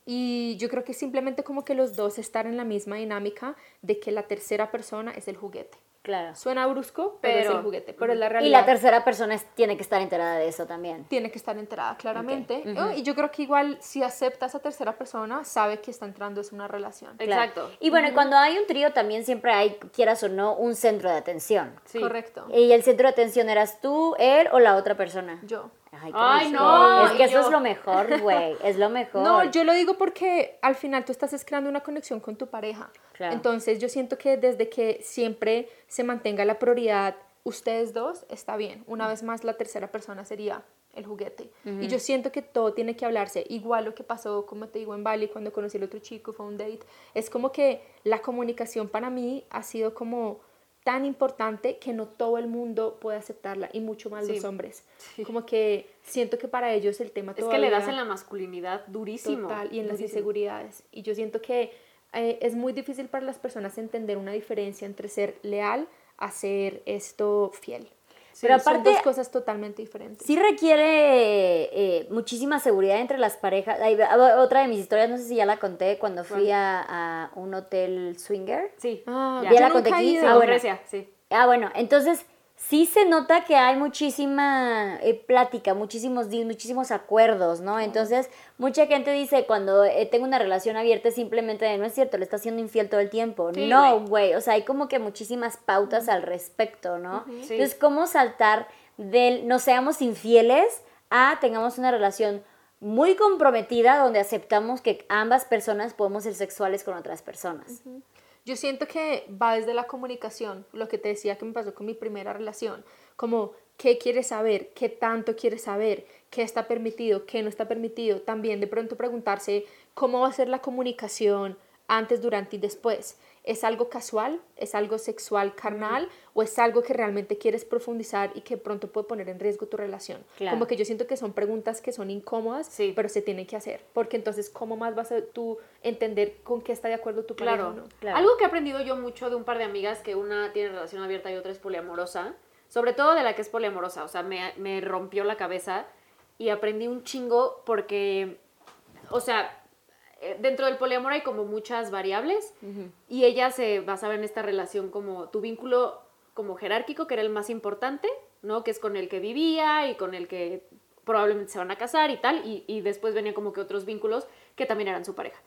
Y yo creo que simplemente como que los dos estar en la misma dinámica de que la tercera persona es el juguete. Claro. Suena brusco, pero, es Pero- el juguete. Pero es la Y realidad. la tercera persona es- tiene que estar enterada de eso también. Tiene que estar enterada claramente. Ok. ¿no? Y yo creo que igual si acepta a esa tercera persona, sabe que está entrando en una relación. Claro. Exacto. Y bueno, y cuando hay un trío también siempre hay, quieras o no, un centro de atención. Sí. Correcto. ¿Y el centro de atención eras tú, él o la otra persona? Yo. Ay, qué Ay, rico. no, Es que y eso yo. es lo mejor, güey. Es lo mejor. No, yo lo digo porque al final tú estás es creando una conexión con tu pareja. Claro. Entonces yo siento que desde que siempre se mantenga la prioridad ustedes dos, está bien. Una vez más, la tercera persona sería el juguete. Y yo siento que todo tiene que hablarse. Igual lo que pasó, como te digo, en Bali, cuando conocí al otro chico, fue un date. Es como que la comunicación para mí ha sido como tan importante que no todo el mundo puede aceptarla, y mucho más Sí. los hombres. Como que siento que para ellos el tema Es que todavía... le das en la masculinidad durísimo. Total, y en las durísimo. inseguridades. Y yo siento que eh, es muy difícil para las personas entender una diferencia entre ser leal a ser esto fiel. Pero Son aparte- dos cosas totalmente diferentes. Sí requiere eh, muchísima seguridad entre las parejas. Hay, otra de mis historias, no sé si ya la conté, cuando fui a, a un hotel swinger. Sí. Ah, ya. ¿Ya la yo conté nunca he aquí? ido. Sí, Ah, con bueno. Grecia, sí. Ah, bueno, entonces sí se nota que hay muchísima eh, plática, muchísimos deals, muchísimos acuerdos, ¿no? Entonces, mucha gente dice, cuando eh, tengo una relación abierta, es simplemente, de, no es cierto, le está haciendo infiel todo el tiempo. Sí, No, güey. güey, o sea, hay como que muchísimas pautas al respecto, ¿no? Sí. Entonces, ¿cómo saltar del no seamos infieles a tengamos una relación muy comprometida donde aceptamos que ambas personas podemos ser sexuales con otras personas? Yo siento que va desde la comunicación, lo que te decía que me pasó con mi primera relación, como qué quieres saber, qué tanto quieres saber, qué está permitido, qué no está permitido. También de pronto preguntarse cómo va a ser la comunicación antes, durante y después. ¿Es algo casual? ¿Es algo sexual, carnal? ¿O es algo que realmente quieres profundizar y que pronto puede poner en riesgo tu relación? Claro. Como que yo siento que son preguntas que son incómodas, Sí. pero se tienen que hacer. Porque entonces, ¿cómo más vas a tú entender con qué está de acuerdo tu pareja Claro. o no? Claro. Algo que he aprendido yo mucho de un par de amigas, que una tiene relación abierta y otra es poliamorosa, sobre todo de la que es poliamorosa, o sea, me, me rompió la cabeza y aprendí un chingo porque, o sea, eh, dentro del poliamor hay como muchas variables y ella se basaba en esta relación como tu vínculo como jerárquico, que era el más importante, ¿no? Que es con el que vivía y con el que probablemente se van a casar y tal, y, y después venían como que otros vínculos que también eran su pareja.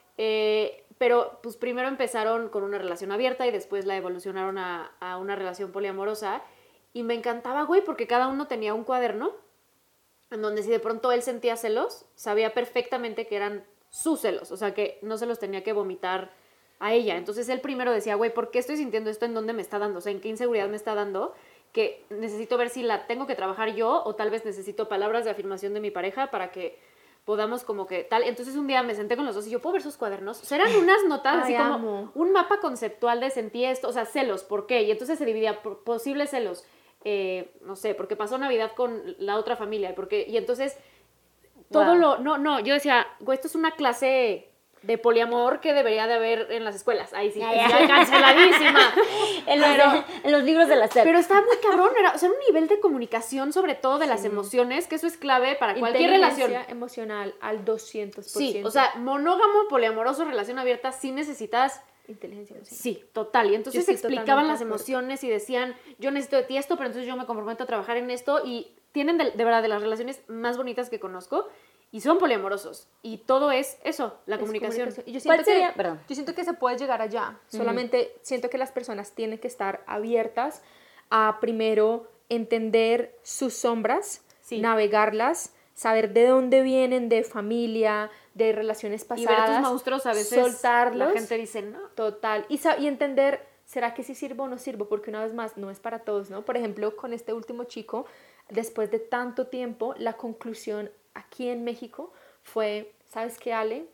Eh, pero pues primero empezaron con una relación abierta y después la evolucionaron a, a una relación poliamorosa y me encantaba, güey, porque cada uno tenía un cuaderno en donde si de pronto él sentía celos, sabía perfectamente que eran sus celos, o sea que no se los tenía que vomitar a ella. Entonces él primero decía, güey, ¿por qué estoy sintiendo esto? ¿En dónde me está dando? O sea, ¿en qué inseguridad me está dando? Que necesito ver si la tengo que trabajar yo o tal vez necesito palabras de afirmación de mi pareja para que podamos como que tal. Entonces un día me senté con los dos y yo, ¿puedo ver sus cuadernos? O sea, eran unas notas así Ay, como amo. un mapa conceptual de sentí esto, o sea, celos, ¿por qué? Y entonces se dividía por posibles celos, eh, no sé, porque pasó Navidad con la otra familia, porque, y entonces todo Wow. lo, no, no, yo decía, güey, esto es una clase de poliamor que debería de haber en las escuelas. Ahí sí, Ya, ya, ya. canceladísima. En los, Pero- en los libros de la S E P. Pero estaba muy cabrón, era, o sea, un nivel de comunicación sobre todo de las emociones, que eso es clave para cualquier relación. Inteligencia emocional al doscientos por ciento. Sí, o sea, monógamo, poliamoroso, relación abierta, sí necesitas, inteligencia emocional. sí, total. Y entonces Yo estoy explicaban totalmente las de acuerdo. emociones y decían, yo necesito de ti esto, pero entonces yo me comprometo a trabajar en esto y tienen de, de verdad de las relaciones más bonitas que conozco y son poliamorosos. Y todo es eso, la Es comunicación. Y yo ¿Cuál siento, sería? que, Perdón. yo siento que se puede llegar allá. Solamente siento que las personas tienen que estar abiertas a primero entender sus sombras, Sí. navegarlas, saber de dónde vienen, de familia, de relaciones Y pasadas. ver tus monstruos a veces, soltarlos. la gente dice, no. Total. Y, sa- y entender, ¿será que sí sirvo o no sirvo? Porque una vez más, no es para todos, ¿no? Por ejemplo, con este último chico, después de tanto tiempo, la conclusión aquí en México fue, ¿sabes qué, Ale?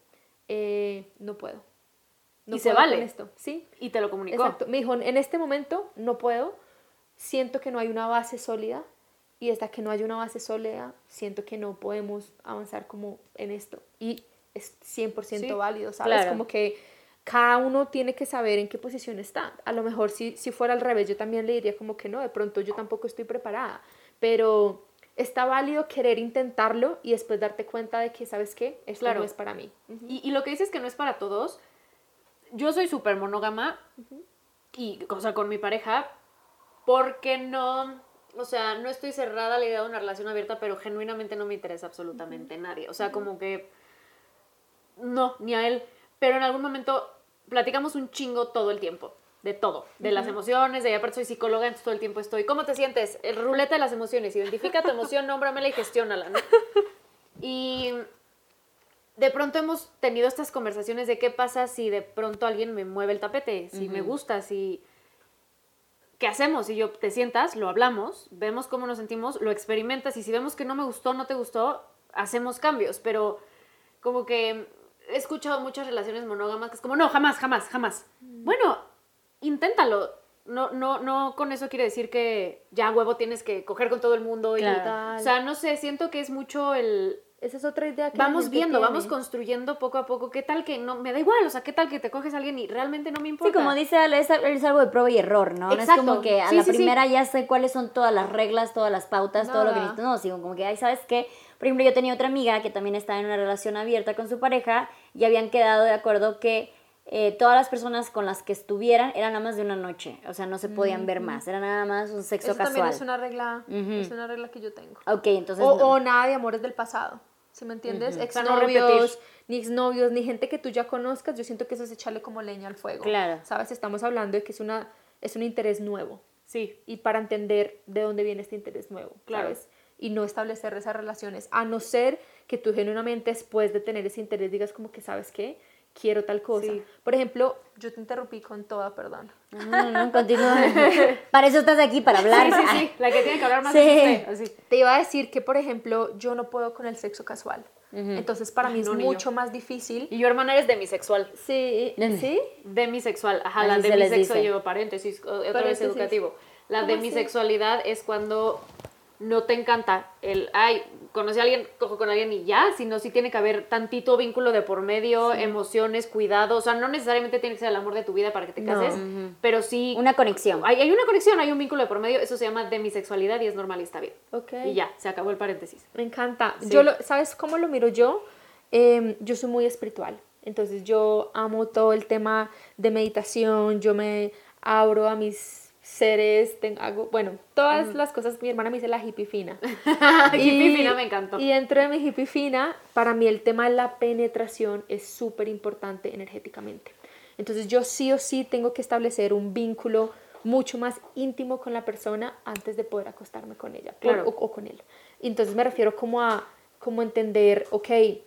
Eh, no puedo. No Y se puedo vale. con esto. Sí, Y te lo comunicó. exacto. Me dijo, en este momento no puedo, siento que no hay una base sólida y hasta que no haya una base sólida, siento que no podemos avanzar como en esto. Y es cien por ciento Sí, válido, ¿sabes? claro. Como que cada uno tiene que saber en qué posición está. A lo mejor si, si fuera al revés, yo también le diría como que no, de pronto yo tampoco estoy preparada, pero está válido querer intentarlo y después darte cuenta de que, ¿sabes qué? Esto Claro. no es para mí. Ujú. Y, y lo que dices que no es para todos, yo soy súper monógama y, o sea, con mi pareja, porque no, o sea, no estoy cerrada a la idea de una relación abierta, pero genuinamente no me interesa absolutamente nadie. O sea, como que no, ni a él. Pero en algún momento platicamos un chingo todo el tiempo, de todo, de las emociones, de aparte soy psicóloga, entonces todo el tiempo estoy, ¿cómo te sientes? El ruleta de las emociones, identifica tu emoción, nómbramela y gestiónala, ¿no? Y de pronto hemos tenido estas conversaciones de qué pasa si de pronto alguien me mueve el tapete, si me gusta, si... ¿Qué hacemos? Si yo te sientas, lo hablamos, vemos cómo nos sentimos, lo experimentas y si vemos que no me gustó, no te gustó, hacemos cambios, pero como que he escuchado muchas relaciones monógamas que es como, no, jamás, jamás, jamás. Bueno, inténtalo. No, no, no con eso quiere decir que ya huevo tienes que coger con todo el mundo. Y, Claro. o sea, no sé, siento que es mucho el... Esa es otra idea que la Vamos gente viendo, tiene. vamos construyendo poco a poco. ¿Qué tal que no? Me da igual, o sea, ¿qué tal que te coges a alguien y realmente no me importa? Sí, como dice Ale, es, es algo de prueba y error, ¿no? Exacto. No es como que a Sí, la sí, sí. primera ya sé cuáles son todas las reglas, todas las pautas, todo lo que Nada. necesito. No, sino como que, ay, ¿sabes qué? Por ejemplo, yo tenía otra amiga que también estaba en una relación abierta con su pareja y habían quedado de acuerdo que eh, todas las personas con las que estuvieran eran nada más de una noche. O sea, no se podían ver más. Era nada más un sexo Eso casual. también es una regla, Ujú. es una regla que yo tengo. Ok, entonces... O, no. o nada de amores del pasado, ¿sí me entiendes? sea, no Exnovios, repetir. ni exnovios, ni gente que tú ya conozcas, yo siento que eso es echarle como leña al fuego. Claro. ¿Sabes? Estamos hablando de que es, una, es un interés nuevo. Sí, Y para entender de dónde viene este interés nuevo, Claro. ¿sabes? Y no establecer esas relaciones, a no ser que tú genuinamente después de tener ese interés digas como que, ¿sabes qué? Quiero tal cosa. Sí. Por ejemplo, yo te interrumpí con toda, perdón. No, no, no, continúa. Para eso estás aquí, para hablar. sí, sí, sí. La que tiene que hablar más Sí. es usted. Así. Te iba a decir que, por ejemplo, yo no puedo con el sexo casual. Entonces, para Ay, mí es no, ni mucho yo. más difícil. Y yo, hermana, eres demisexual. Sí, Nene. ¿sí? Demisexual. Ajá, Así la se les demisexo dice. llevo paréntesis, o- otra vez Paréntesis. educativo. La ¿Cómo así? demisexualidad es cuando no te encanta el, ay, conocí a alguien, cojo con alguien y ya, sino sí tiene que haber tantito vínculo de por medio, emociones, cuidado, o sea, no necesariamente tiene que ser el amor de tu vida para que te No. cases, pero sí... Una conexión. Hay, hay una conexión, hay un vínculo de por medio, eso se llama demisexualidad y es normal y está bien. Ok. Y ya, se acabó el paréntesis. Me encanta. Sí. Yo lo, ¿sabes cómo lo miro yo? Eh, yo soy muy espiritual. Entonces yo amo todo el tema de meditación. Yo me abro a mis seres, tengo, hago, bueno, todas las cosas. Mi hermana me dice la hippie fina. Hippie fina me encantó. Y dentro de mi hippie fina, para mí el tema de la penetración es súper importante energéticamente. Entonces yo sí o sí tengo que establecer un vínculo mucho más íntimo con la persona antes de poder acostarme con ella por- Claro. o, o con él. Y entonces me refiero como a como entender, ok,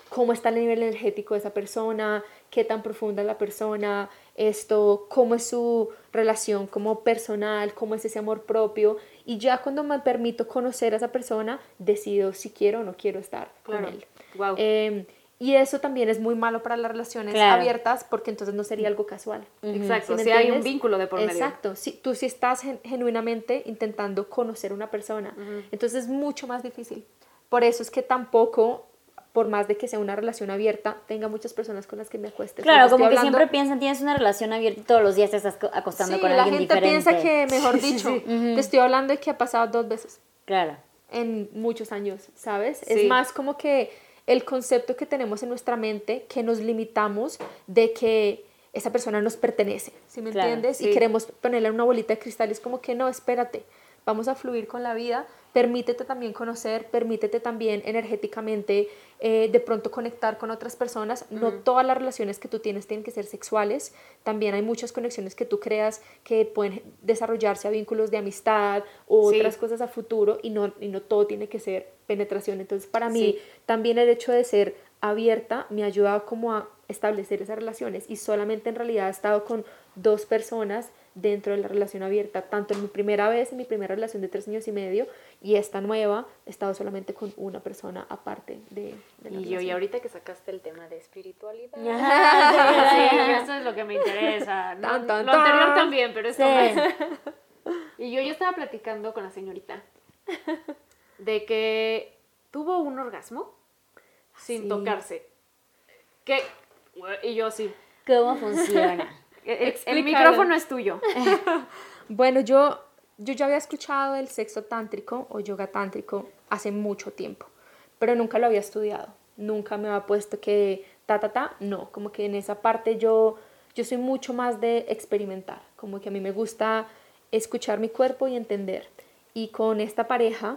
cómo está el nivel energético de esa persona, qué tan profunda es la persona, esto, cómo es su relación como personal, cómo es ese amor propio, y ya cuando me permito conocer a esa persona, decido si quiero o no quiero estar Claro. con él. Wow. Eh, y eso también es muy malo para las relaciones Claro. abiertas, porque entonces no sería algo casual. Exacto, ¿Sí si me hay un entiendes? vínculo de por medio. Exacto, si, tú sí estás gen- genuinamente intentando conocer a una persona, entonces es mucho más difícil. Por eso es que tampoco, por más de que sea una relación abierta, tenga muchas personas con las que me acueste. Claro, Porque como que estoy hablando- siempre piensan, tienes una relación abierta y todos los días te estás co- acostando Sí, con la alguien gente diferente. piensa que, mejor Sí, dicho, sí, sí. te estoy hablando de que ha pasado dos veces Claro. en muchos años, ¿sabes? Sí. Es más como que el concepto que tenemos en nuestra mente, que nos limitamos de que esa persona nos pertenece, ¿sí me Claro, entiendes? sí. Y queremos ponerle en una bolita de cristal, es como que no, espérate, vamos a fluir con la vida, permítete también conocer, permítete también energéticamente eh, de pronto conectar con otras personas. No todas las relaciones que tú tienes tienen que ser sexuales, también hay muchas conexiones que tú creas que pueden desarrollarse a vínculos de amistad o Sí. otras cosas a futuro, y no, y no todo tiene que ser penetración. Entonces para mí Sí. también el hecho de ser abierta me ha ayudado como a establecer esas relaciones, y solamente en realidad he estado con dos personas dentro de la relación abierta, tanto en mi primera vez, en mi primera relación de tres años y medio, y esta nueva he estado solamente con una persona aparte de, de la Y yo, y relación. ahorita que sacaste el tema de espiritualidad. Ajá, Sí, eso es lo que me interesa. No, Tan, tan, lo anterior tan. también, pero esto Sí. más. Y yo, yo estaba platicando con la señorita de que tuvo un orgasmo sin Sí. tocarse. Que, y yo sí. ¿Cómo funciona? El, el Explícalo. micrófono es tuyo. Bueno, yo, yo ya había escuchado el sexo tántrico o yoga tántrico hace mucho tiempo, pero nunca lo había estudiado, nunca me había puesto que ta, ta, ta, no, como que en esa parte yo, yo soy mucho más de experimentar, como que a mí me gusta escuchar mi cuerpo y entender. Y con esta pareja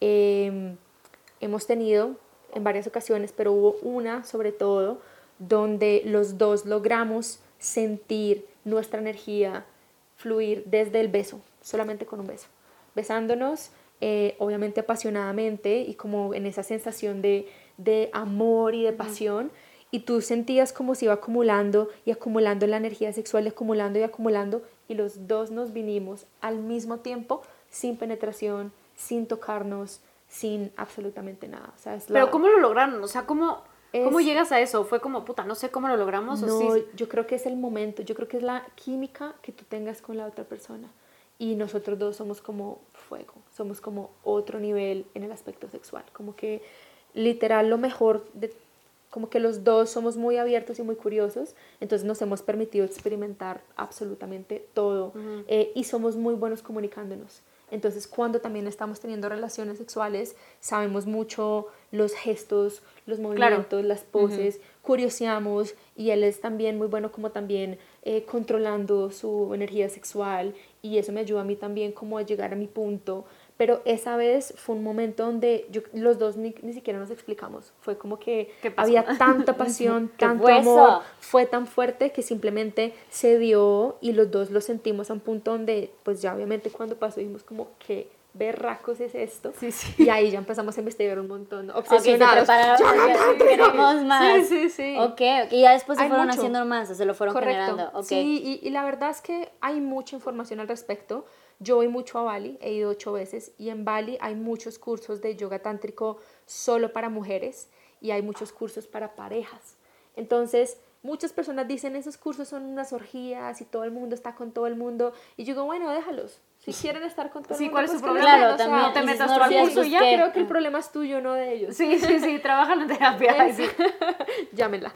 eh, hemos tenido en varias ocasiones, pero hubo una sobre todo donde los dos logramos sentir nuestra energía fluir desde el beso, solamente con un beso, besándonos, eh, obviamente apasionadamente y como en esa sensación de, de amor y de pasión, y tú sentías como se iba acumulando y acumulando la energía sexual, y acumulando y acumulando, y los dos nos vinimos al mismo tiempo, sin penetración, sin tocarnos, sin absolutamente nada. O sea, es la- Pero ¿cómo lo lograron? O sea, ¿cómo, Es- ¿cómo llegas a eso? Fue como, puta, no sé cómo lo logramos. No, o sí. yo creo que es el momento, yo creo que es la química que tú tengas con la otra persona. Y nosotros dos somos como fuego, somos como otro nivel en el aspecto sexual. Como que literal lo mejor, de, como que los dos somos muy abiertos y muy curiosos, entonces nos hemos permitido experimentar absolutamente todo. Eh, y somos muy buenos comunicándonos. Entonces, cuando también estamos teniendo relaciones sexuales, sabemos mucho los gestos, los movimientos, las poses, curioseamos, y él es también muy bueno como también eh, controlando su energía sexual, y eso me ayuda a mí también como a llegar a mi punto. Pero esa vez fue un momento donde yo, los dos ni, ni siquiera nos explicamos. Fue como que ¿Qué pasó? había tanta pasión, ¿Qué tanto fue amor, eso? fue tan fuerte que simplemente se dio, y los dos lo sentimos a un punto donde, pues ya obviamente cuando pasó dijimos como, ¿qué berracos es esto? Sí, sí. Y ahí ya empezamos a investigar un montón, Ok, se obsesionados. prepararon, queremos más. Sí, sí, sí. Ok, ok, y ya después se Hay fueron mucho. haciendo más, o se lo fueron Correcto. generando. Ok. Sí, y, y la verdad es que hay mucha información al respecto. Yo voy mucho a Bali, he ido ocho veces, y en Bali hay muchos cursos de yoga tántrico solo para mujeres, y hay muchos cursos para parejas. Entonces, muchas personas dicen, esos cursos son unas orgías y todo el mundo está con todo el mundo. Y yo digo, bueno, déjalos. Si quieren estar con todo Sí, el mundo, ¿cuál es pues su que les problema? den, Claro, o sea, también. no te y metas si tú al orgías, curso pues, y ya, ¿qué? creo que el problema es tuyo, no de ellos. Sí, sí, sí, trabajan en terapia. Ay, sí. Llámenla.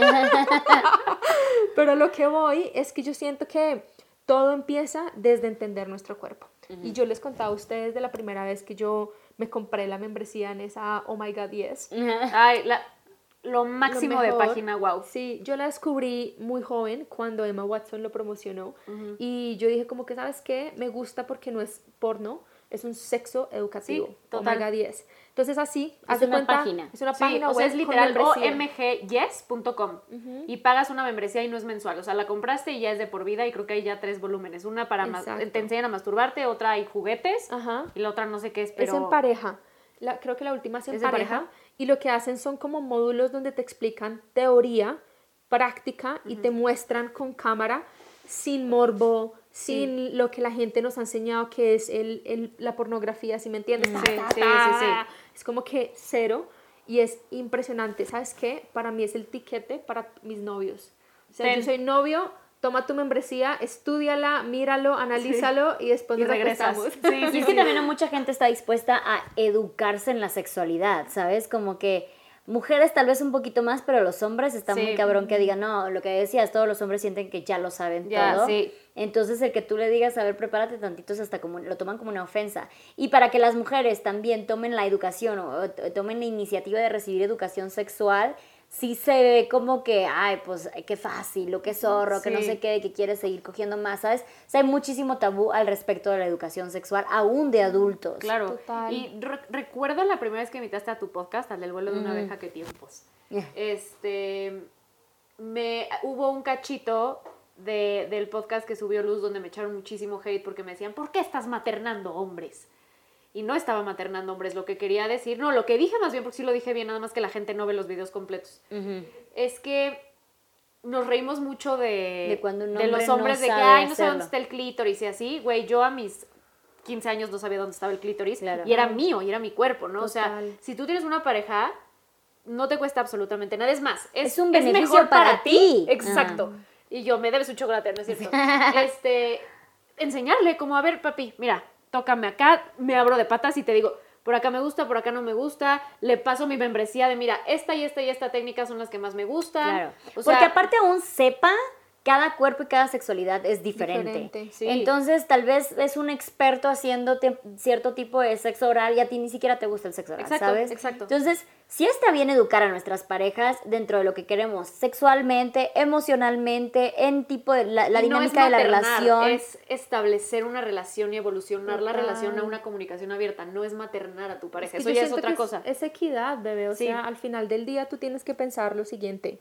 Pero lo que voy es que yo siento que todo empieza desde entender nuestro cuerpo. Y yo les contaba a ustedes de la primera vez que yo me compré la membresía en esa Oh My God Yes. Ay, la, lo máximo Lo de mejor. página, wow. Sí, yo la descubrí muy joven cuando Emma Watson lo promocionó. Y yo dije como que, ¿sabes qué? Me gusta porque no es porno, es un sexo educativo. Sí, Oh total. My God Yes. Entonces así, Es haz de una cuenta, página. es una Sí, página o sea, web es con literal o membresía. m g yes punto com y pagas una membresía y no es mensual, o sea, la compraste y ya es de por vida, y creo que hay ya tres volúmenes, una para mas- Exacto. te enseñan a masturbarte, otra hay juguetes Ajá. y la otra no sé qué es, pero Es en pareja. La, creo que la última es en ¿Es en pareja, pareja? y lo que hacen son como módulos donde te explican teoría, práctica y te muestran con cámara, sin morbo, sin sí. lo que la gente nos ha enseñado que es el, el, la pornografía, ¿sí me entiendes? Sí, ta, ta, sí, ta. sí, sí. Es como que cero y es impresionante. ¿Sabes qué? Para mí es el tiquete para mis novios. O sea, Ten. yo soy novio, toma tu membresía, estúdiala, míralo, analízalo sí. y después y nos regresas. Sí, sí, y sí. es que también no mucha gente está dispuesta a educarse en la sexualidad, ¿sabes? Como que mujeres tal vez un poquito más, pero los hombres está sí. muy cabrón que digan, no, lo que decías, todos los hombres sienten que ya lo saben ya, todo. Sí. Entonces el que tú le digas, a ver, prepárate tantito, es hasta como, lo toman como una ofensa. Y para que las mujeres también tomen la educación o, o tomen la iniciativa de recibir educación sexual, sí se ve como que, ay, pues qué fácil, o qué zorro, sí. que no sé qué, que quieres seguir cogiendo más, ¿sabes? O sea, hay muchísimo tabú al respecto de la educación sexual, aún de adultos. Claro. Total. Y re- recuerda la primera vez que invitaste a tu podcast, al del vuelo de una Mm. abeja, qué tiempos. Este, me, hubo un cachito de, del podcast que subió Luz donde me echaron muchísimo hate porque me decían, ¿por qué estás maternando hombres? Y no estaba maternando hombres, lo que quería decir, no, lo que dije más bien, porque sí lo dije bien, nada más que la gente no ve los videos completos, uh-huh. es que nos reímos mucho de, de, cuando un de los hombres, no de que, ay, no sé dónde está el clítoris y así, güey, yo a mis quince años no sabía dónde estaba el clítoris, claro. y era mío, y era mi cuerpo, ¿no? Total. O sea, si tú tienes una pareja, no te cuesta absolutamente nada, es más, es, es un beneficio es mejor para, para ti. Exacto, ah. y yo, me debes un chocolate, ¿no es cierto? este, enseñarle como, a ver, papi, mira, tócame acá, me abro de patas y te digo, por acá me gusta, por acá no me gusta, le paso mi membresía de, mira, esta y esta y esta técnica son las que más me gustan. Claro, o porque sea, aparte aún sepa, cada cuerpo y cada sexualidad es diferente. diferente sí. Entonces, tal vez es un experto haciendo te- cierto tipo de sexo oral y a ti ni siquiera te gusta el sexo oral, exacto, ¿sabes? Exacto. Entonces, sí está bien educar a nuestras parejas dentro de lo que queremos, sexualmente, emocionalmente, en tipo de la, la dinámica no de la maternar, relación. Es establecer una relación y evolucionar Total. la relación a una comunicación abierta, no es maternar a tu pareja, Es que eso yo ya es siento otra que cosa. Es, es equidad, bebé, o sí. sea, al final del día tú tienes que pensar lo siguiente,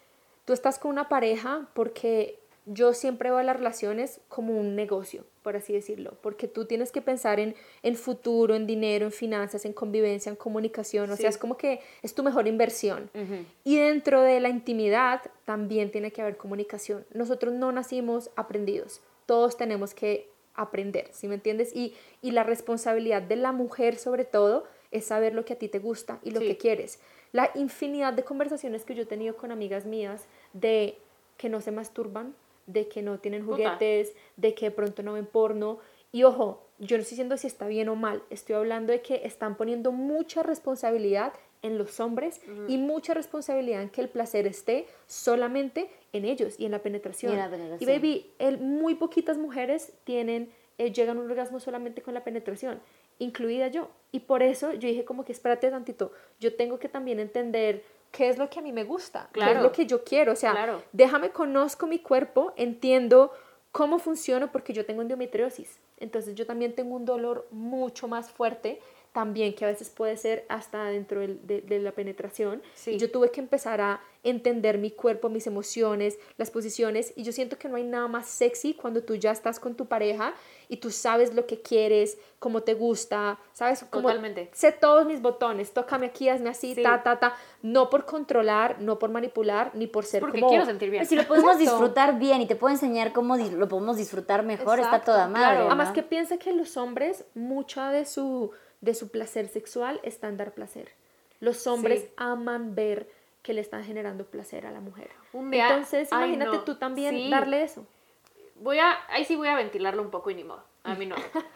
tú estás con una pareja porque yo siempre veo las relaciones como un negocio, por así decirlo, porque tú tienes que pensar en, en futuro, en dinero, en finanzas, en convivencia, en comunicación, o sí. sea, es como que es tu mejor inversión. Uh-huh. Y dentro de la intimidad también tiene que haber comunicación. Nosotros no nacimos aprendidos, todos tenemos que aprender, ¿sí me entiendes? Y, y la responsabilidad de la mujer sobre todo es saber lo que a ti te gusta y lo sí. que quieres. La infinidad de conversaciones que yo he tenido con amigas mías de que no se masturban, de que no tienen juguetes, Puta. de que de pronto no ven porno. Y ojo, yo no estoy diciendo si está bien o mal, estoy hablando de que están poniendo mucha responsabilidad en los hombres uh-huh. y mucha responsabilidad en que el placer esté solamente en ellos y en la penetración. Y, en la penetración. Y baby, el, muy poquitas mujeres tienen, eh, llegan a un orgasmo solamente con la penetración, incluida yo. Y por eso yo dije como que espérate tantito, yo tengo que también entender qué es lo que a mí me gusta, claro. qué es lo que yo quiero, o sea, claro. déjame, conozco mi cuerpo, entiendo cómo funciona porque yo tengo endometriosis, entonces yo también tengo un dolor mucho más fuerte, también que a veces puede ser hasta dentro de, de, de la penetración, sí. y yo tuve que empezar a entender mi cuerpo, mis emociones, las posiciones, y yo siento que no hay nada más sexy cuando tú ya estás con tu pareja y tú sabes lo que quieres, cómo te gusta, ¿sabes? Como, totalmente. sé todos mis botones, tócame aquí, hazme así, sí. ta, ta, ta, no por controlar, no por manipular, ni por ser porque como... quiero sentir bien. Pues si lo podemos Exacto. disfrutar bien y te puedo enseñar cómo dis- lo podemos disfrutar mejor, Exacto. está toda madre, claro. ¿no? Además que piensa que los hombres, mucha de su, de su placer sexual está en dar placer. Los hombres sí. aman ver que le están generando placer a la mujer. Un día, Entonces, ay, imagínate no. tú también sí. darle eso. Voy a, ahí sí voy a ventilarlo un poco y ni modo, a mí no.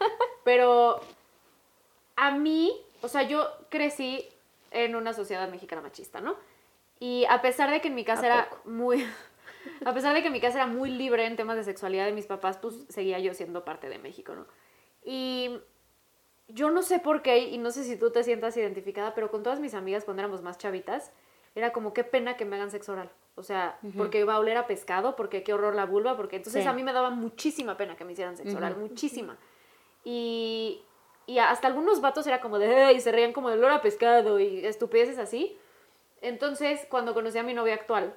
Pero a mí, o sea, yo crecí en una sociedad mexicana machista, ¿no? Y a pesar de que en mi casa era muy... A pesar de que mi casa era muy libre en temas de sexualidad de mis papás, pues seguía yo siendo parte de México, ¿no? Y yo no sé por qué, y no sé si tú te sientas identificada, pero con todas mis amigas cuando éramos más chavitas, era como qué pena que me hagan sexo oral. O sea, uh-huh. porque iba a oler a pescado, porque qué horror la vulva, porque entonces sí. a mí me daba muchísima pena que me hicieran sexo oral, uh-huh. muchísima. Y, y hasta algunos vatos era como de, y se reían como de olor a pescado y estupideces así. Entonces, cuando conocí a mi novia actual,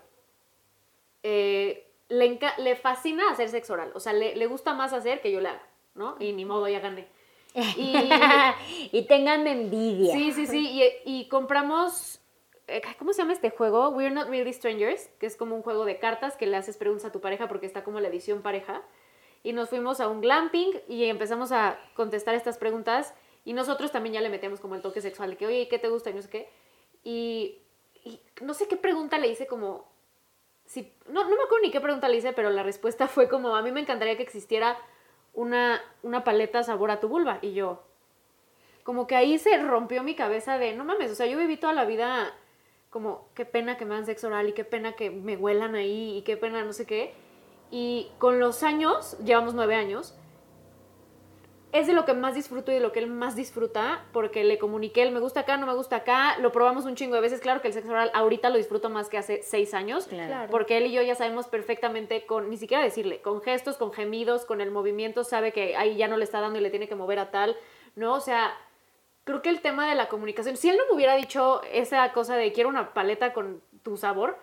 eh, le, enca- le fascina hacer sexo oral. O sea, le, le gusta más hacer que yo le haga, ¿no? Y ni modo, ya gané. Y, y ténganme envidia. sí, sí, sí. Y, y compramos, eh, ¿cómo se llama este juego? We're Not Really Strangers, que es como un juego de cartas que le haces preguntas a tu pareja porque está como la edición pareja. Y nos fuimos a un glamping y empezamos a contestar estas preguntas. Y nosotros también ya le metemos como el toque sexual de que, oye, ¿qué te gusta? Y no sé qué. Y, y no sé qué pregunta le hice como... Si, no, no me acuerdo ni qué pregunta le hice, pero la respuesta fue como, a mí me encantaría que existiera una, una paleta sabor a tu vulva. Y yo, como que ahí se rompió mi cabeza de, no mames, o sea, yo viví toda la vida como, qué pena que me hagan sexo oral y qué pena que me huelan ahí y qué pena no sé qué. Y con los años, llevamos nueve años, es de lo que más disfruto y de lo que él más disfruta, porque le comuniqué, él me gusta acá, no me gusta acá, lo probamos un chingo de veces. Claro que el sexo oral ahorita lo disfruto más que hace seis años, Claro. porque él y yo ya sabemos perfectamente, con ni siquiera decirle, con gestos, con gemidos, con el movimiento, sabe que ahí ya no le está dando y le tiene que mover a tal, ¿no? O sea, creo que el tema de la comunicación, si él no me hubiera dicho esa cosa de quiero una paleta con tu sabor,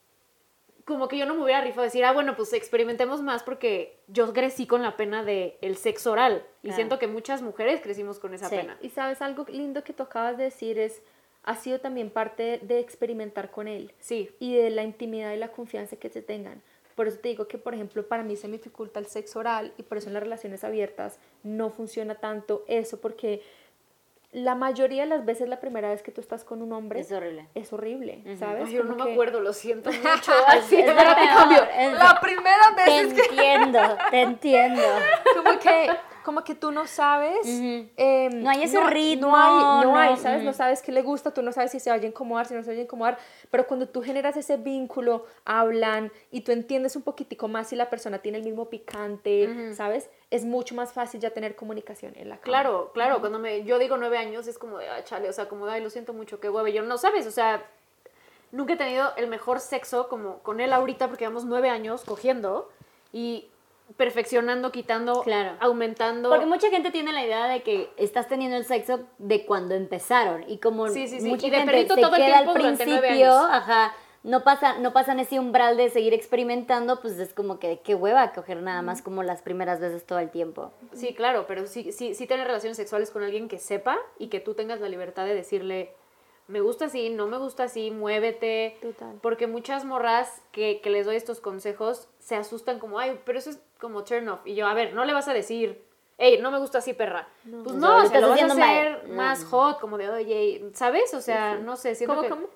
como que yo no me hubiera rifado a decir, ah, bueno, pues experimentemos más, porque yo crecí con la pena del sexo oral. Y Claro. siento que muchas mujeres crecimos con esa Sí. pena. Y sabes, algo lindo que tú acabas de decir es, ha sido también parte de experimentar con él. Sí. Y de la intimidad y la confianza que se tengan. Por eso te digo que, por ejemplo, para mí se me dificulta el sexo oral y por eso en las relaciones abiertas no funciona tanto eso, porque la mayoría de las veces la primera vez que tú estás con un hombre Es horrible. es horrible, ¿sabes? Ay, yo Como no que- me acuerdo, lo siento mucho. Es- es Ahora te peor, cambio. es- La primera vez Te es que entiendo, te entiendo. como que como que tú no sabes Ujú. eh, No hay ese no, ritmo, no hay, no no, hay, ¿sabes? ujú. No sabes qué le gusta, tú no sabes si se vaya a incomodar, si no se vaya a incomodar, pero cuando tú generas ese vínculo, hablan y tú entiendes un poquitico más si la persona tiene el mismo picante, ¿sabes? Es mucho más fácil ya tener comunicación en la cama. Claro, claro, cuando me, yo digo nueve años es como de, ah, chale, o sea, como de, ay, lo siento mucho, qué hueve. Yo no sabes, o sea, nunca he tenido el mejor sexo como con él ahorita porque llevamos nueve años cogiendo y perfeccionando, quitando, Claro. aumentando. Porque mucha gente tiene la idea de que estás teniendo el sexo de cuando empezaron y como Sí, sí, sí. mucha Y de gente perrito se todo el queda tiempo al durante nueve principio, años. ajá, no pasa, no pasan ese umbral de seguir experimentando, pues es como que qué hueva coger nada más como las primeras veces todo el tiempo. Sí, claro, pero sí, sí, sí tener relaciones sexuales con alguien que sepa y que tú tengas la libertad de decirle, me gusta así, no me gusta así, muévete. Total. Porque muchas morras que, que les doy estos consejos se asustan como, ay, pero eso es como turn off. Y yo, a ver, no le vas a decir, hey, no me gusta así, perra. Pues Eso no, lo se lo vas a estás haciendo hacer mal. No. más hot, como de, oye, ¿sabes? O sea, no sé, siento ¿Cómo, que... cómo?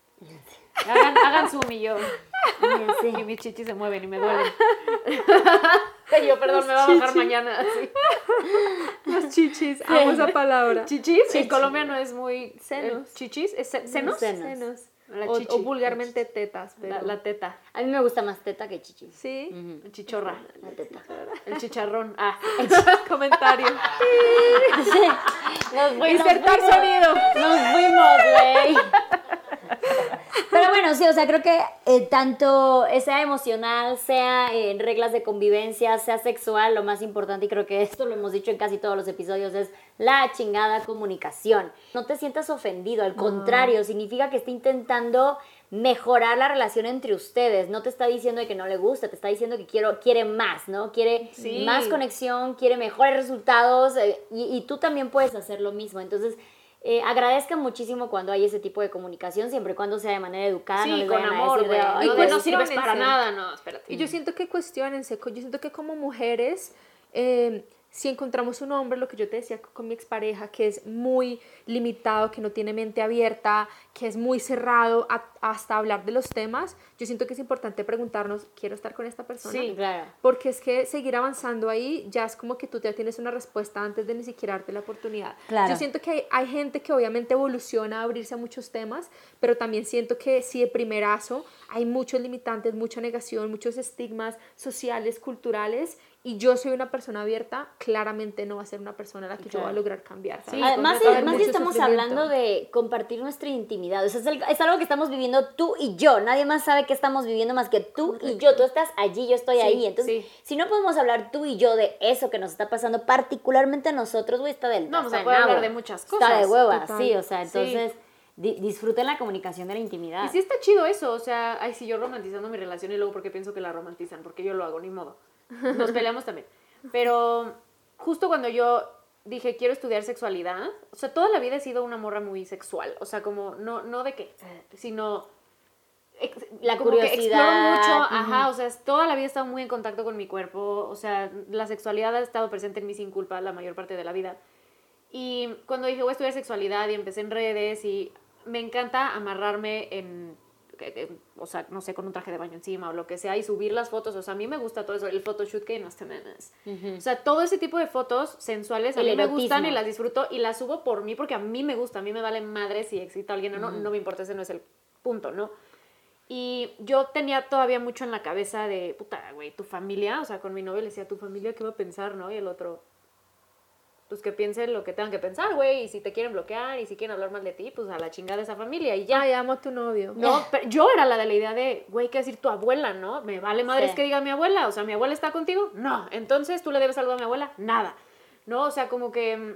Hagan, hagan zoom y yo, Sí. y mis chichis se mueven y me duelen. Y yo, perdón, me va a bajar mañana. Así. Los chichis, amo esa palabra. ¿Chichis? En Colombia no es muy... Senos. eh, ¿Chichis? ¿Es se- senos? Senos. Senos. La O, chichi. o vulgarmente tetas, pero... La, la teta, A mí me gusta más teta que chichis. Sí, Ujú, chichorra, la teta. el chicharrón. Ah, comentario. Nos fui- nos Insertar fuimos. sonido. Nos fuimos, güey. Pero bueno, sí, o sea, creo que eh, tanto sea emocional, sea en reglas de convivencia, sea sexual, lo más importante, y creo que esto lo hemos dicho en casi todos los episodios, es la chingada comunicación. No te sientas ofendido, al contrario, significa que está intentando mejorar la relación entre ustedes. No te está diciendo de que no le gusta, te está diciendo que quiero, quiere más, ¿no? Quiere Sí. más conexión, quiere mejores resultados, eh, y, y tú también puedes hacer lo mismo. Entonces, eh, agradezcan muchísimo cuando hay ese tipo de comunicación, siempre y cuando sea de manera educada, no sí, les con vayan a amor, decir de, güey. "Ay, No güey, de no sirves para cuestionense. nada, no, espérate. Y yo siento que cuestionense, co- yo siento que como mujeres, eh, si encontramos un hombre, lo que yo te decía con mi expareja, que es muy limitado, que no tiene mente abierta, que es muy cerrado a- hasta hablar de los temas, yo siento que es importante preguntarnos, ¿quiero estar con esta persona? Sí, claro. Porque es que seguir avanzando ahí ya es como que tú ya tienes una respuesta antes de ni siquiera darte la oportunidad. Claro. Yo siento que hay, hay gente que obviamente evoluciona a abrirse a muchos temas, pero también siento que si de primerazo hay muchos limitantes, mucha negación, muchos estigmas sociales, culturales, y yo soy una persona abierta, claramente no va a ser una persona a la que yo voy a Claro. lograr cambiar. ¿sabes? Sí, Además, Va a haber además mucho estamos sufrimiento. hablando de compartir nuestra intimidad. O sea, es, el- es algo que estamos viviendo tú y yo. Nadie más sabe que estamos viviendo más que tú y yo. Tú estás allí, yo estoy Sí, ahí. Entonces, sí. si no podemos hablar tú y yo de eso que nos está pasando, particularmente a nosotros, güey, está del No, está se de puede nabo. hablar de muchas Está de cosas, hueva, total. sí. O sea, Sí. entonces, di- disfruten la comunicación de la intimidad. Y sí está chido eso, o sea, ay, sí, yo romantizando mi relación y luego porque pienso que la romantizan, porque yo lo hago, ni modo. Nos peleamos también. Pero justo cuando yo dije, quiero estudiar sexualidad. O sea, toda la vida he sido una morra muy sexual. O sea, como, no, no de que, sino... Ex, la como curiosidad. Que exploro mucho, uh-huh. ajá, o sea, toda la vida he estado muy en contacto con mi cuerpo. O sea, la sexualidad ha estado presente en mí sin culpa la mayor parte de la vida. Y cuando dije, voy a estudiar sexualidad y empecé en redes y me encanta amarrarme en... o sea, no sé, con un traje de baño encima o lo que sea, y subir las fotos, o sea, a mí me gusta todo eso, el photoshoot que no te memes. Uh-huh. O sea, todo ese tipo de fotos sensuales a el mí erotismo. Me gustan y las disfruto y las subo por mí porque a mí me gusta, a mí me vale madre si excita a alguien o no, uh-huh. no me importa, ese no es el punto, ¿no? Y yo tenía todavía mucho en la cabeza de, puta, güey, tu familia, o sea, con mi novio le decía, tu familia, ¿qué va a pensar, no? Y el otro... pues que piensen lo que tengan que pensar, güey, y si te quieren bloquear y si quieren hablar mal de ti, pues a la chingada de esa familia y ya. Ay, amo a tu novio. No, pero yo era la de la idea de, güey, ¿qué decir tu abuela, no? Me vale madres sí. que diga mi abuela, o sea, ¿mi abuela está contigo? No, entonces tú le debes algo a mi abuela, nada, ¿no? O sea, como que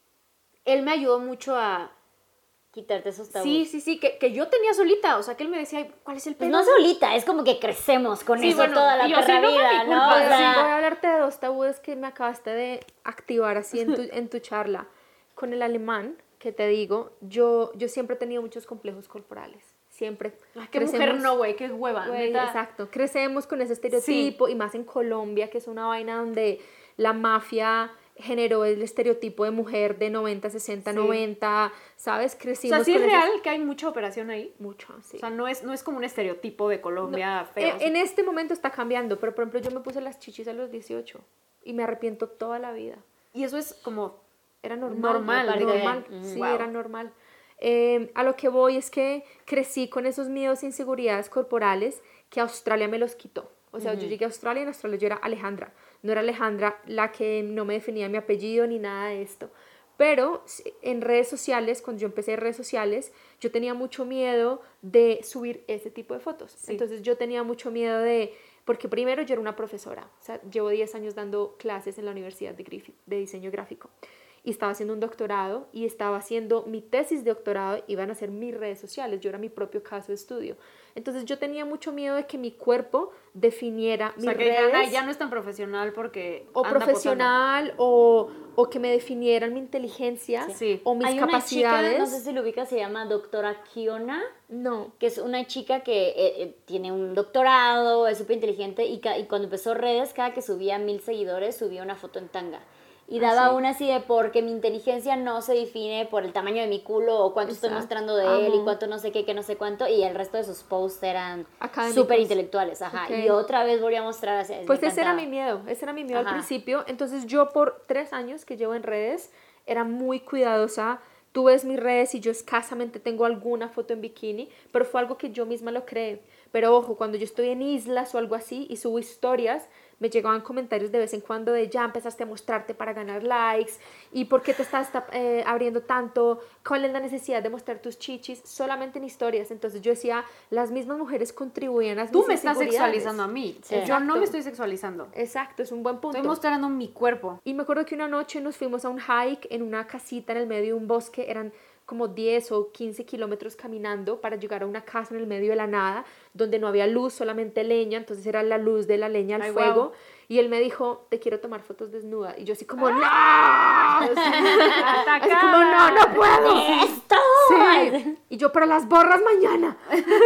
él me ayudó mucho a... quitarte esos tabús. Sí, sí, sí, que, que yo tenía solita, o sea, que él me decía, ¿cuál es el pedo? Pues no solita, es como que crecemos con sí, eso bueno, toda la yo perra sé, no vida, fue mi ¿no? culpa, O sea, sí, voy a hablarte de dos tabúes que me acabaste de activar así en tu, en tu charla. Con el alemán, que te digo, yo, yo siempre he tenido muchos complejos corporales. Siempre. Ay, qué mujer no, güey, qué hueva. Wey, exacto. Crecemos con ese estereotipo, sí. Y más en Colombia, que es una vaina donde la mafia generó el estereotipo de mujer de noventa, sesenta, sí. noventa, ¿sabes? Crecimos o sea, sí con es real esos... que hay mucha operación ahí. Mucho, sí. O sea, no es, no es como un estereotipo de Colombia no, feo. En, en este momento está cambiando, pero por ejemplo yo me puse las chichis a los dieciocho y me arrepiento toda la vida. Y eso es como... Era normal. Normal. normal. Mm, sí, wow. era normal. Eh, a lo que voy es que crecí con esos miedos e inseguridades corporales que Australia me los quitó. O sea, uh-huh. yo llegué a Australia y en Australia yo era Alejandra. No era Alejandra la que no me definía mi apellido ni nada de esto. Pero en redes sociales, cuando yo empecé en redes sociales, yo tenía mucho miedo de subir ese tipo de fotos. Sí. Entonces yo tenía mucho miedo de... Porque primero yo era una profesora. O sea, llevo diez años dando clases en la Universidad de, Griffith, de Diseño Gráfico. Y estaba haciendo un doctorado y estaba haciendo mi tesis de doctorado, iban a ser mis redes sociales, yo era mi propio caso de estudio. Entonces yo tenía mucho miedo de que mi cuerpo definiera o mis sea, que redes. Ya, ya no es tan profesional porque O profesional o, o que me definieran mi inteligencia sí. o mis Hay capacidades. Una chica, no sé si lo ubicas, se llama doctora Kiona. No. Que es una chica que eh, eh, tiene un doctorado, es súper inteligente y, ca- y cuando empezó redes, cada que subía mil seguidores, subía una foto en tanga. Y daba ah, ¿sí? una así de porque mi inteligencia no se define por el tamaño de mi culo o cuánto Exacto. Estoy mostrando de ajá. Él y cuánto no sé qué, que no sé cuánto. Y el resto de sus posts eran súper intelectuales. Ajá. Okay. Y otra vez volví a mostrar así. Pues ese era mi miedo, ese era mi miedo ajá. al principio. Entonces yo por tres años que llevo en redes era muy cuidadosa. Tú ves mis redes y yo escasamente tengo alguna foto en bikini, pero fue algo que yo misma lo creé. Pero ojo, cuando yo estoy en islas o algo así y subo historias, me llegaban comentarios de vez en cuando de ya empezaste a mostrarte para ganar likes y por qué te estás eh, abriendo tanto, cuál es la necesidad de mostrar tus chichis solamente en historias. Entonces yo decía, las mismas mujeres contribuían a mis Tú me estás sexualizando a mí, sí. Yo no me estoy sexualizando. Exacto, es un buen punto. Estoy mostrando mi cuerpo. Y me acuerdo que una noche nos fuimos a un hike en una casita en el medio de un bosque, eran como diez o quince kilómetros caminando para llegar a una casa en el medio de la nada, donde no había luz, solamente leña, entonces era la luz de la leña al Ay, fuego, wow. Y él me dijo, te quiero tomar fotos desnuda, y yo así como, ¡ah! ¡No! Así, así como, no, no puedo. ¡Esto! Sí. Y yo, pero las borras mañana.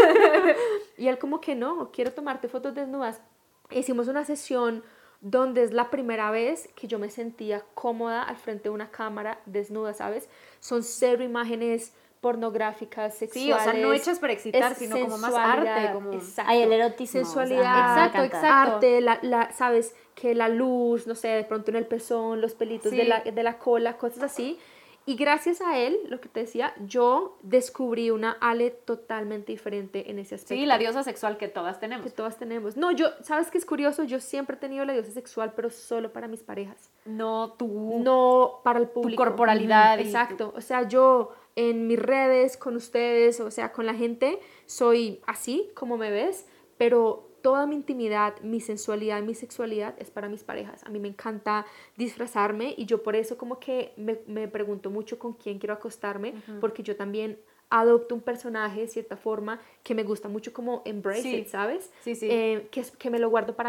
Y él como que no, quiero tomarte fotos desnudas. Hicimos una sesión donde es la primera vez que yo me sentía cómoda al frente de una cámara desnuda, ¿sabes? Son cero imágenes pornográficas, sexuales. Sí, o sea, no hechas para excitar, sino como más arte. Como... Exacto. Ay, el erotismo. Sensualidad, o sea, exacto, exacto. Arte, la, la, ¿sabes? Que la luz, no sé, de pronto en el pezón, los pelitos sí. de, la, de la cola, cosas así. Y gracias a él, lo que te decía, yo descubrí una Ale totalmente diferente en ese aspecto. Sí, la diosa sexual que todas tenemos. Que todas tenemos. No, yo, ¿sabes qué es curioso? Yo siempre he tenido la diosa sexual, pero solo para mis parejas. No tú. No para el público. Tu corporalidad. Mm, exacto. Tu... O sea, yo en mis redes, con ustedes, o sea, con la gente, soy así como me ves, pero... toda mi intimidad, mi sensualidad, mi sexualidad es para mis parejas. A mí me encanta disfrazarme y yo por eso como que me, me pregunto mucho con quién quiero acostarme, uh-huh. porque yo también adopto un personaje de cierta forma que me gusta mucho como embrace sí. it, ¿sabes? Sí, sí. Eh, que, que me lo guardo para mí.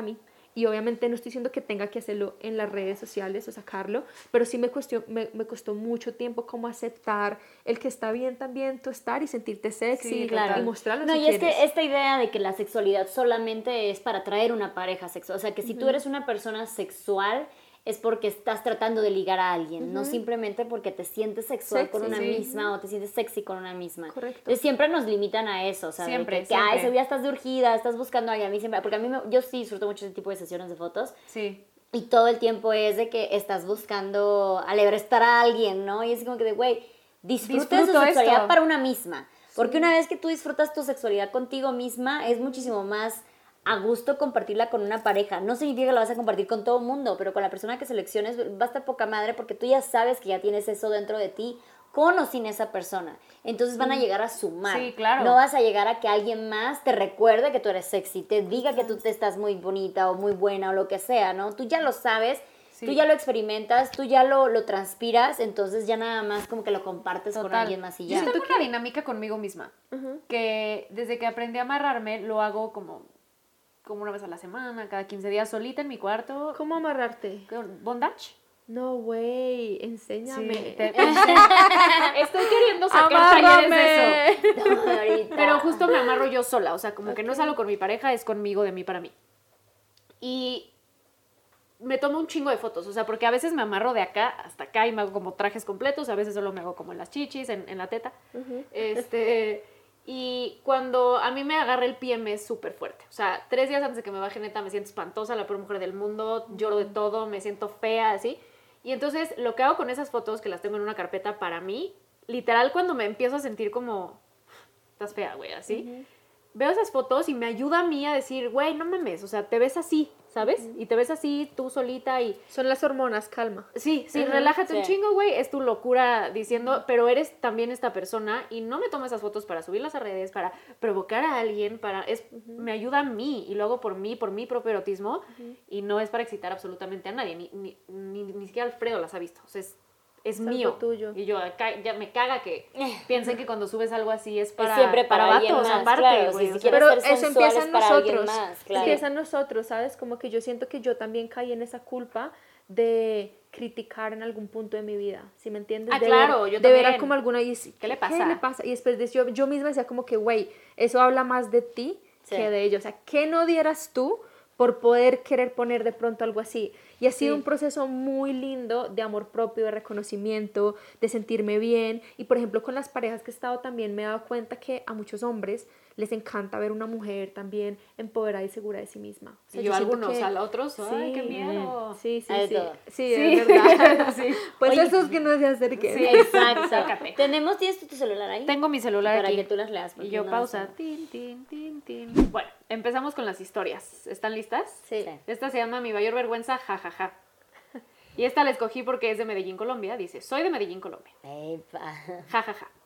y obviamente no estoy diciendo que tenga que hacerlo en las redes sociales o sacarlo, pero sí me costó, me, me costó mucho tiempo como aceptar el que está bien también tú estar y sentirte sexy Sí, claro. y mostrarlo No, si y es quieres. que esta idea de que la sexualidad solamente es para atraer una pareja sexual, o sea, que si tú eres una persona sexual es porque estás tratando de ligar a alguien, no simplemente porque te sientes sexual Sexy, con una sí. misma o te sientes sexy con una misma. Correcto. Entonces siempre nos limitan a eso, o sea, de Siempre, que, que ay, siempre. ese día estás de urgida, estás buscando a alguien, a mí siempre, porque a mí me- yo sí disfruto mucho ese tipo de sesiones de fotos. Sí. Y todo el tiempo es de que estás buscando alebrestar a alguien, ¿no? Y es como que de, güey, disfruta de su Disfruto sexualidad esto. para una misma. Porque una vez que tú disfrutas tu sexualidad contigo misma, es muchísimo más a gusto compartirla con una pareja. No significa que la vas a compartir con todo el mundo, pero con la persona que selecciones va a estar poca madre porque tú ya sabes que ya tienes eso dentro de ti, con o sin esa persona. Entonces van a llegar a sumar. Sí, claro. No vas a llegar a que alguien más te recuerde que tú eres sexy, te diga que tú te estás muy bonita o muy buena o lo que sea, ¿no? Tú ya lo sabes, Sí. tú ya lo experimentas, tú ya lo, lo transpiras, entonces ya nada más como que lo compartes con Total. alguien más y Yo ya. tengo una dinámica conmigo misma, que desde que aprendí a amarrarme lo hago como, como una vez a la semana, cada quince días solita en mi cuarto. ¿Cómo amarrarte? Con bondage. No, güey, enséñame. Sí, te- te enseño. Estoy queriendo sacar talleres de eso. No, ahorita. Pero justo me amarro yo sola, o sea, como que no es algo con mi pareja, es conmigo, de mí para mí. Y me tomo un chingo de fotos, o sea, porque a veces me amarro de acá hasta acá y me hago como trajes completos, a veces solo me hago como en las chichis, en, en la teta. Este, y cuando a mí me agarra el P M es súper fuerte, o sea, tres días antes de que me baje, neta, me siento espantosa, la peor mujer del mundo, lloro de todo, me siento fea, así. Y entonces lo que hago con esas fotos, que las tengo en una carpeta para mí, literal cuando me empiezo a sentir como, estás fea, güey, así, veo esas fotos y me ayuda a mí a decir, güey, no mames, o sea, te ves así, ¿sabes? Y te ves así, tú solita y... Son las hormonas, calma. Sí, sí, Ajá, relájate un sí. chingo, güey, es tu locura diciendo, pero eres también esta persona y no me tomo esas fotos para subirlas a redes, para provocar a alguien, para... es me ayuda a mí y lo hago por mí, por mi propio erotismo y no es para excitar absolutamente a nadie, ni, ni, ni, ni siquiera Alfredo las ha visto, o sea, es, es algo mío. tuyo. Y yo, acá, ya me caga que piensen que cuando subes algo así es para, es siempre para, alguien vatos, más, aparte, claro, güey, si, o si sea, quieres Pero ser eso sensual empieza es en para alguien nosotros, más, claro. empieza en nosotros, ¿sabes? Como que yo siento que yo también caí en esa culpa de criticar en algún punto de mi vida, ¿sí me entiendes? Ah, de claro, ver, yo de ver también. a como alguna y decir, ¿Qué le ¿Qué pasa? le pasa? Y después de eso, yo, yo misma decía como que, güey, eso habla más de ti Sí. que de ellos. O sea, ¿qué no dieras tú por poder querer poner de pronto algo así? Y ha sido Sí. un proceso muy lindo de amor propio, de reconocimiento, de sentirme bien. Y por ejemplo, con las parejas que he estado también me he dado cuenta que a muchos hombres les encanta ver una mujer también empoderada y segura de sí misma. O sea, y yo siento algunos, que- a otros, ay, qué Sí. miedo. Sí, sí, Hay de sí. todo. Sí, Sí. es verdad. Sí. Pues Oye, esos que no se acerquen. Sí. Exacto. Sácate. Tenemos, ¿tienes tú tu celular ahí? Tengo mi celular Para aquí. que tú las leas. Y porque yo no pausa. las tengo. Tin, tin, tin, tin. Bueno, empezamos con las historias. ¿Están listas? Sí. Sí. Esta se llama Mi mayor vergüenza, jajaja. Ja, ja. Y esta la escogí porque es de Medellín, Colombia. Dice, soy de Medellín, Colombia. Epa. Ja, ja, ja.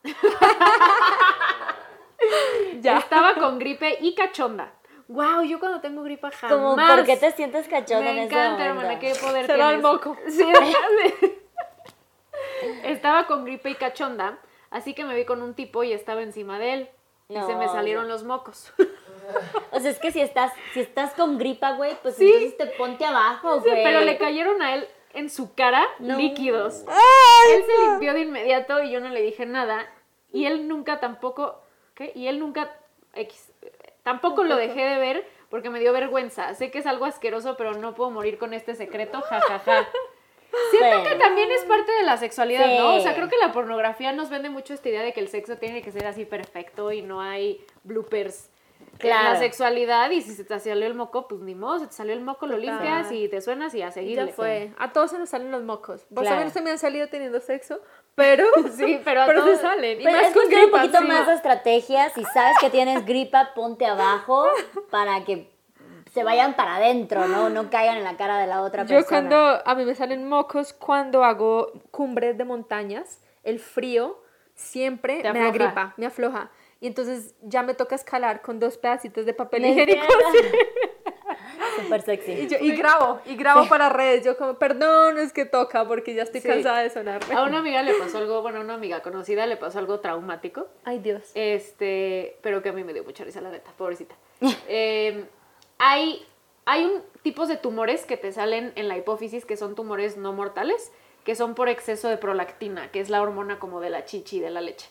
Ya. Estaba con gripe y cachonda. Wow, yo cuando tengo gripa jamás. Como, ¿por qué te sientes cachonda en Me ese encanta, momento? hermana, qué poder Será el tienes. moco. Sí, déjame. Estaba con gripe y cachonda, así que me vi con un tipo y estaba encima de él. Y No, se me salieron no. los mocos. O sea, es que si estás, si estás con gripa, güey, pues Sí. entonces te ponte abajo, Sí, güey. pero le cayeron a él en su cara No. líquidos. Él se limpió de inmediato y yo no le dije nada. Y él nunca tampoco, ¿qué? Y él nunca, X, tampoco lo dejé de ver porque me dio vergüenza. Sé que es algo asqueroso, pero no puedo morir con este secreto, jajaja. Ja, ja. Siento Sí. que también es parte de la sexualidad, Sí. ¿no? O sea, creo que la pornografía nos vende mucho esta idea de que el sexo tiene que ser así perfecto y no hay bloopers. Claro. En la sexualidad, y si se te salió el moco, pues ni modo, se te salió el moco, lo Total. limpias y te suenas y a Y seguirle. ya fue. A todos se nos salen los mocos. Vos Claro. también se me han salido teniendo sexo, pero, Sí, pero a pero todos- se salen. Y Pero más es con cuestión un gripa, poquito sí. más de estrategia. Si sabes que tienes gripa, ponte abajo para que se vayan para adentro, ¿no? No caigan en la cara de la otra Yo persona. cuando, a mí me salen mocos cuando hago cumbres de montañas, el frío siempre Te me da afloja. gripa, me afloja. Y entonces ya me toca escalar con dos pedacitos de papel Me higiénico. Súper sexy. Y, yo, y grabo, y grabo para redes. Yo como, perdón, es que toca porque ya estoy Sí. cansada de sonar. A una amiga le pasó algo, bueno, a una amiga conocida le pasó algo traumático, Ay, Dios. este, pero que a mí me dio mucha risa, la neta, pobrecita. Eh, hay hay un tipos de tumores que te salen en la hipófisis que son tumores no mortales, que son por exceso de prolactina, que es la hormona como de la chichi y de la leche.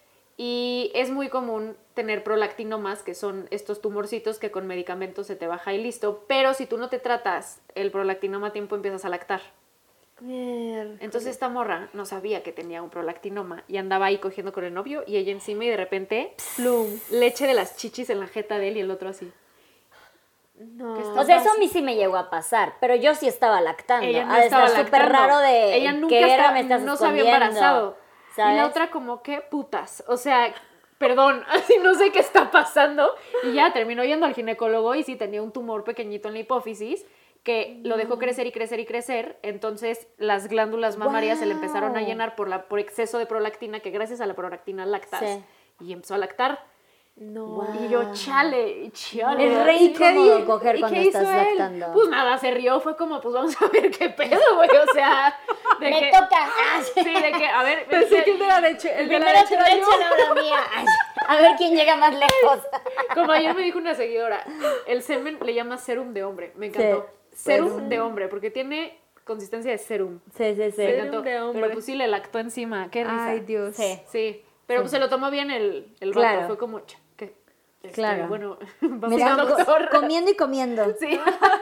Y es muy común tener prolactinomas, que son estos tumorcitos que con medicamentos se te baja y listo, pero si tú no te tratas el prolactinoma a tiempo empiezas a lactar. Entonces esta morra no sabía que tenía un prolactinoma y andaba ahí cogiendo con el novio y ella encima y de repente, plum, leche de las chichis en la jeta de él y el otro así. No. O sea, eso a mí sí me llegó a pasar, pero yo sí estaba lactando. Ella no Ha de estaba estar súper lactando. raro de Ella nunca ¿qué verga estaba- me estás no se había escondiendo? embarazado. ¿Sabes? Y la otra como, ¿qué putas? O sea, perdón, así no sé qué está pasando. Y ya terminó yendo al ginecólogo y sí tenía un tumor pequeñito en la hipófisis que lo dejó crecer y crecer y crecer. Entonces las glándulas mamarias se le empezaron a Wow. llenar por, la, por exceso de prolactina, que gracias a la prolactina lactas. Sí. Y empezó a lactar. No. Guau. Y yo, chale, chale. Es re ¿Y qué incómodo di- coger y cuando qué hizo estás él? lactando. Pues nada, se rió, fue como, pues vamos a ver qué pedo, güey, o sea, de Me que, toca. Ah, sí, de que, a ver, Pensé este, que el de la leche, el de la Primero leche tu era leche, yo. luego la mía. Ay, a ver quién llega más lejos. como ayer me dijo una seguidora, el semen le llama serum de hombre, me encantó, Sí, serum pues. de hombre, porque tiene consistencia de serum, Sí, sí, sí. me Serum encantó, de hombre. pero pues sí le lactó encima, qué risa. Ay, Dios. Sí. Sí, pero pues se lo tomó bien el, el vato, Claro. fue como, "Ch- ¿qué? Este, Claro. Bueno, vamos Mira, al co- doctor. comiendo y comiendo. Sí.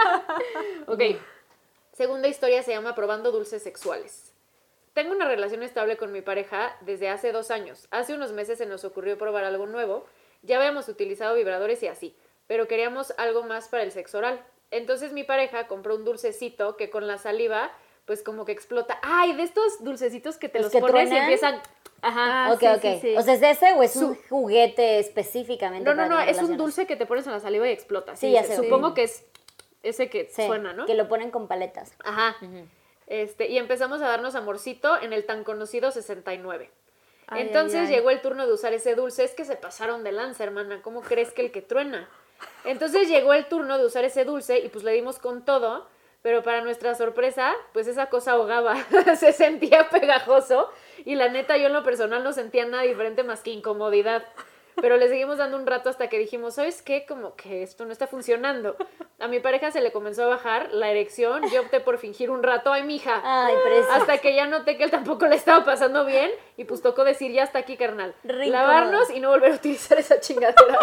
Ok. Segunda historia se llama Probando dulces sexuales. Tengo una relación estable con mi pareja desde hace dos años. Hace unos meses se nos ocurrió probar algo nuevo. Ya habíamos utilizado vibradores y así, pero queríamos algo más para el sexo oral. Entonces mi pareja compró un dulcecito que con la saliva, pues como que explota. ¡Ay! De estos dulcecitos que te ¿Los los, que pones y truenan? empiezan... Ajá. Ah, ok, sí, ok. sí, sí. O sea, ¿es ese o es un juguete específicamente? No, no, para no, tener es un relaciones? dulce que te pones en la saliva y explota. Sí, ya se- sé. Supongo Sí. que es ese que Sí, suena, ¿no? que lo ponen con paletas. Ajá. Este, y empezamos a darnos amorcito en el tan conocido sesenta y nueve. Ay, Entonces ay, ay. llegó el turno de usar ese dulce. Es que se pasaron de lanza, hermana. ¿Cómo crees que el que truena? Entonces llegó el turno de usar ese dulce y pues le dimos con todo. Pero para nuestra sorpresa, pues esa cosa ahogaba. Se sentía pegajoso. Y la neta, yo en lo personal no sentía nada diferente más que incomodidad. Pero le seguimos dando un rato hasta que dijimos, ¿sabes qué? Como que esto no está funcionando. A mi pareja se le comenzó a bajar la erección. Yo opté por fingir un rato, ay, mija. Ay, precioso. Hasta que ya noté que él tampoco le estaba pasando bien. Y pues tocó decir, ya está aquí, carnal. Re Lavarnos incómodo. y no volver a utilizar esa chingadera.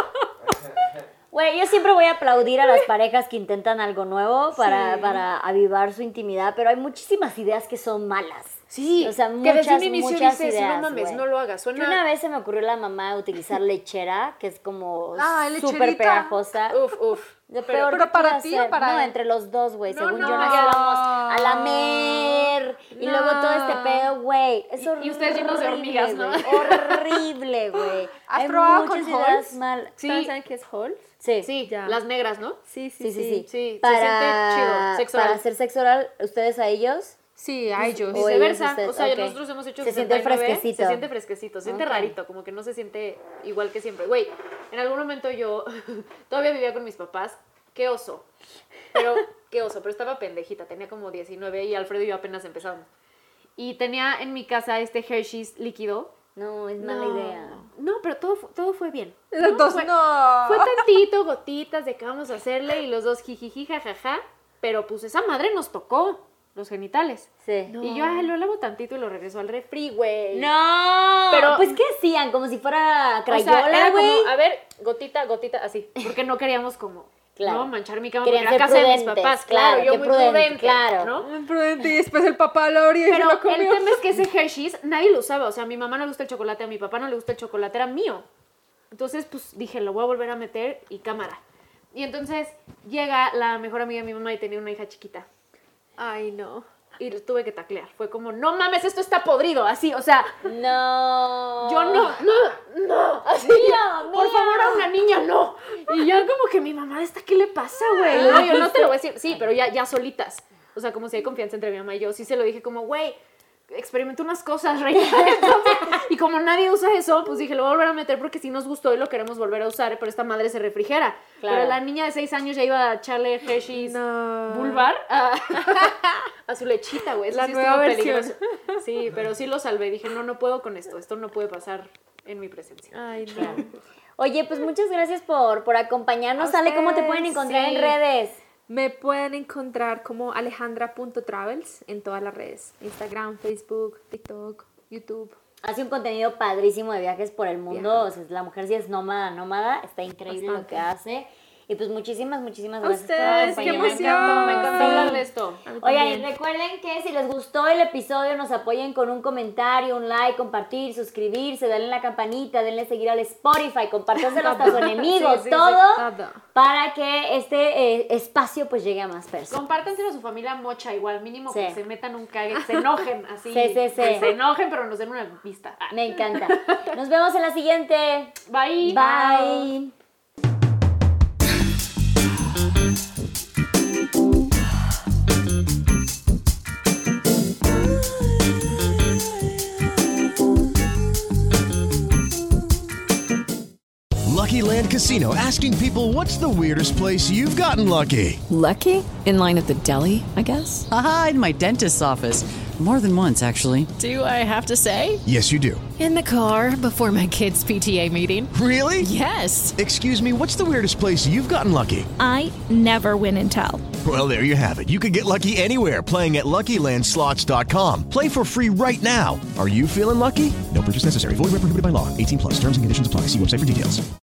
Güey, yo siempre voy a aplaudir a las parejas que intentan algo nuevo para, para avivar su intimidad, pero hay muchísimas ideas que son malas. Sí, O sea, que muchas, desde un inicio muchas dices, ideas, no mames, güey. no lo hagas. Yo Suena... una vez se me ocurrió a la mamá utilizar lechera, que es como Ah, súper lecherita. pegajosa. Uf, uf. Lo Pero- peor pero que para puede ti o hacer. para No, él. entre los dos, güey. No, Según no, yo nos ya. íbamos a lamer. Y No. luego todo este pedo, güey. Es Y- y ustedes llenos de horrible, hormigas, ¿no? güey. Horrible, güey. ¿Has Hay probado muchas con ideas Halls? mal. Sí. ¿Saben saben qué es Halls? Sí. Sí, Ya. las negras, ¿no? Sí, sí, Sí, sí, sí. Sí, se para, siente chido, sexo para oral. hacer sexo oral, ¿ustedes a ellos? Sí, a ellos. O ellos Viceversa, ustedes, o sea, ok. nosotros hemos hecho Se siente sesenta y nueve, fresquecito. Se siente fresquecito, se siente Ok. rarito, como que no se siente igual que siempre. Güey, en algún momento yo todavía vivía con mis papás, qué oso, pero qué oso, pero estaba pendejita, tenía como diecinueve y Alfredo y yo apenas empezamos. Y tenía en mi casa este Hershey's líquido. No, es mala No. idea. No, pero todo, fu- todo fue bien. Los dos Fue- no. Fue tantito, gotitas de qué vamos a hacerle y los dos jijiji, jajaja, pero pues esa madre nos tocó los genitales. Sí. No. Y yo, ay, lo lavo tantito y lo regreso al refri, güey. No, Pero- pues ¿qué hacían? Como si fuera O sea, crayola, era güey. como, a ver, gotita, gotita, así. Porque no queríamos como, Claro. no, manchar mi cama Querían porque era ser casa de mis prudentes, papás. claro, Claro, yo qué muy prudente, prudente, claro. ¿no? Muy prudente y después el papá lo abrió y se Pero lo el comió. tema es que ese Hershey's nadie lo usaba. O sea, a mi mamá no le gusta el chocolate, a mi papá no le gusta el chocolate, era mío. Entonces, pues dije, lo voy a volver a meter y cámara. Y entonces llega la mejor amiga de mi mamá y tenía una hija chiquita. Ay, no. Y le tuve que taclear. Fue como, no mames, esto está podrido. Así, o sea, No. yo no, no, no. Así, Mira, por mira. favor, a una niña, no. Y ya como que mi mamá, ¿esta qué le pasa, güey? No, yo no te lo voy a decir. Sí, pero ya, ya solitas. O sea, como si hay confianza entre mi mamá y yo. Sí se lo dije como, güey, experimenté unas cosas, reina. Entonces, y como nadie usa eso, pues dije, lo voy a volver a meter porque si nos gustó y lo queremos volver a usar, pero esta madre se refrigera. Claro. Pero la niña de seis años ya iba a echarle Hershey's No. Bulbar a, a su lechita, güey. Eso La sí nueva estuvo versión. peligroso. Sí, pero sí lo salvé. Dije, no, no puedo con esto. Esto no puede pasar en mi presencia. Ay, no. Oye, pues muchas gracias por, por acompañarnos. A Ale, ¿cómo te pueden ustedes, encontrar sí. en redes? Me pueden encontrar como alejandra punto travels en todas las redes. Instagram, Facebook, TikTok, YouTube. Hace un contenido padrísimo de viajes por el mundo. O sea, la mujer sí es nómada, nómada. Está increíble Bastante. Lo que hace. Y pues muchísimas, muchísimas gracias ustedes, por qué acompañarme. emoción. Me encantó, me encantó hablar de esto. Oigan, y recuerden que si les gustó el episodio, nos apoyen con un comentario, un like, compartir, suscribirse, denle la campanita, denle seguir al Spotify, compártanselo hasta su enemigo, sí, sí, todo, sí, todo para que este eh, espacio pues llegue a más personas. Compártanselo a su familia mocha igual, mínimo sí. que se metan un cague, se enojen así. Sí, sí, sí. Se enojen, pero nos den una vista. Me encanta. Nos vemos en la siguiente. Bye. Bye. Lucky Land Casino, asking people, what's the weirdest place you've gotten lucky? Lucky? In line at the deli, I guess? Aha, in my dentist's office. More than once, actually. Do I have to say? Yes, you do. In the car before my kids' P T A meeting. Really? Yes. Excuse me, what's the weirdest place you've gotten lucky? I never win and tell. Well, there you have it. You can get lucky anywhere, playing at lucky land slots dot com. Play for free right now. Are you feeling lucky? No purchase necessary. Void where prohibited by law. eighteen plus. Terms and conditions apply. See website for details.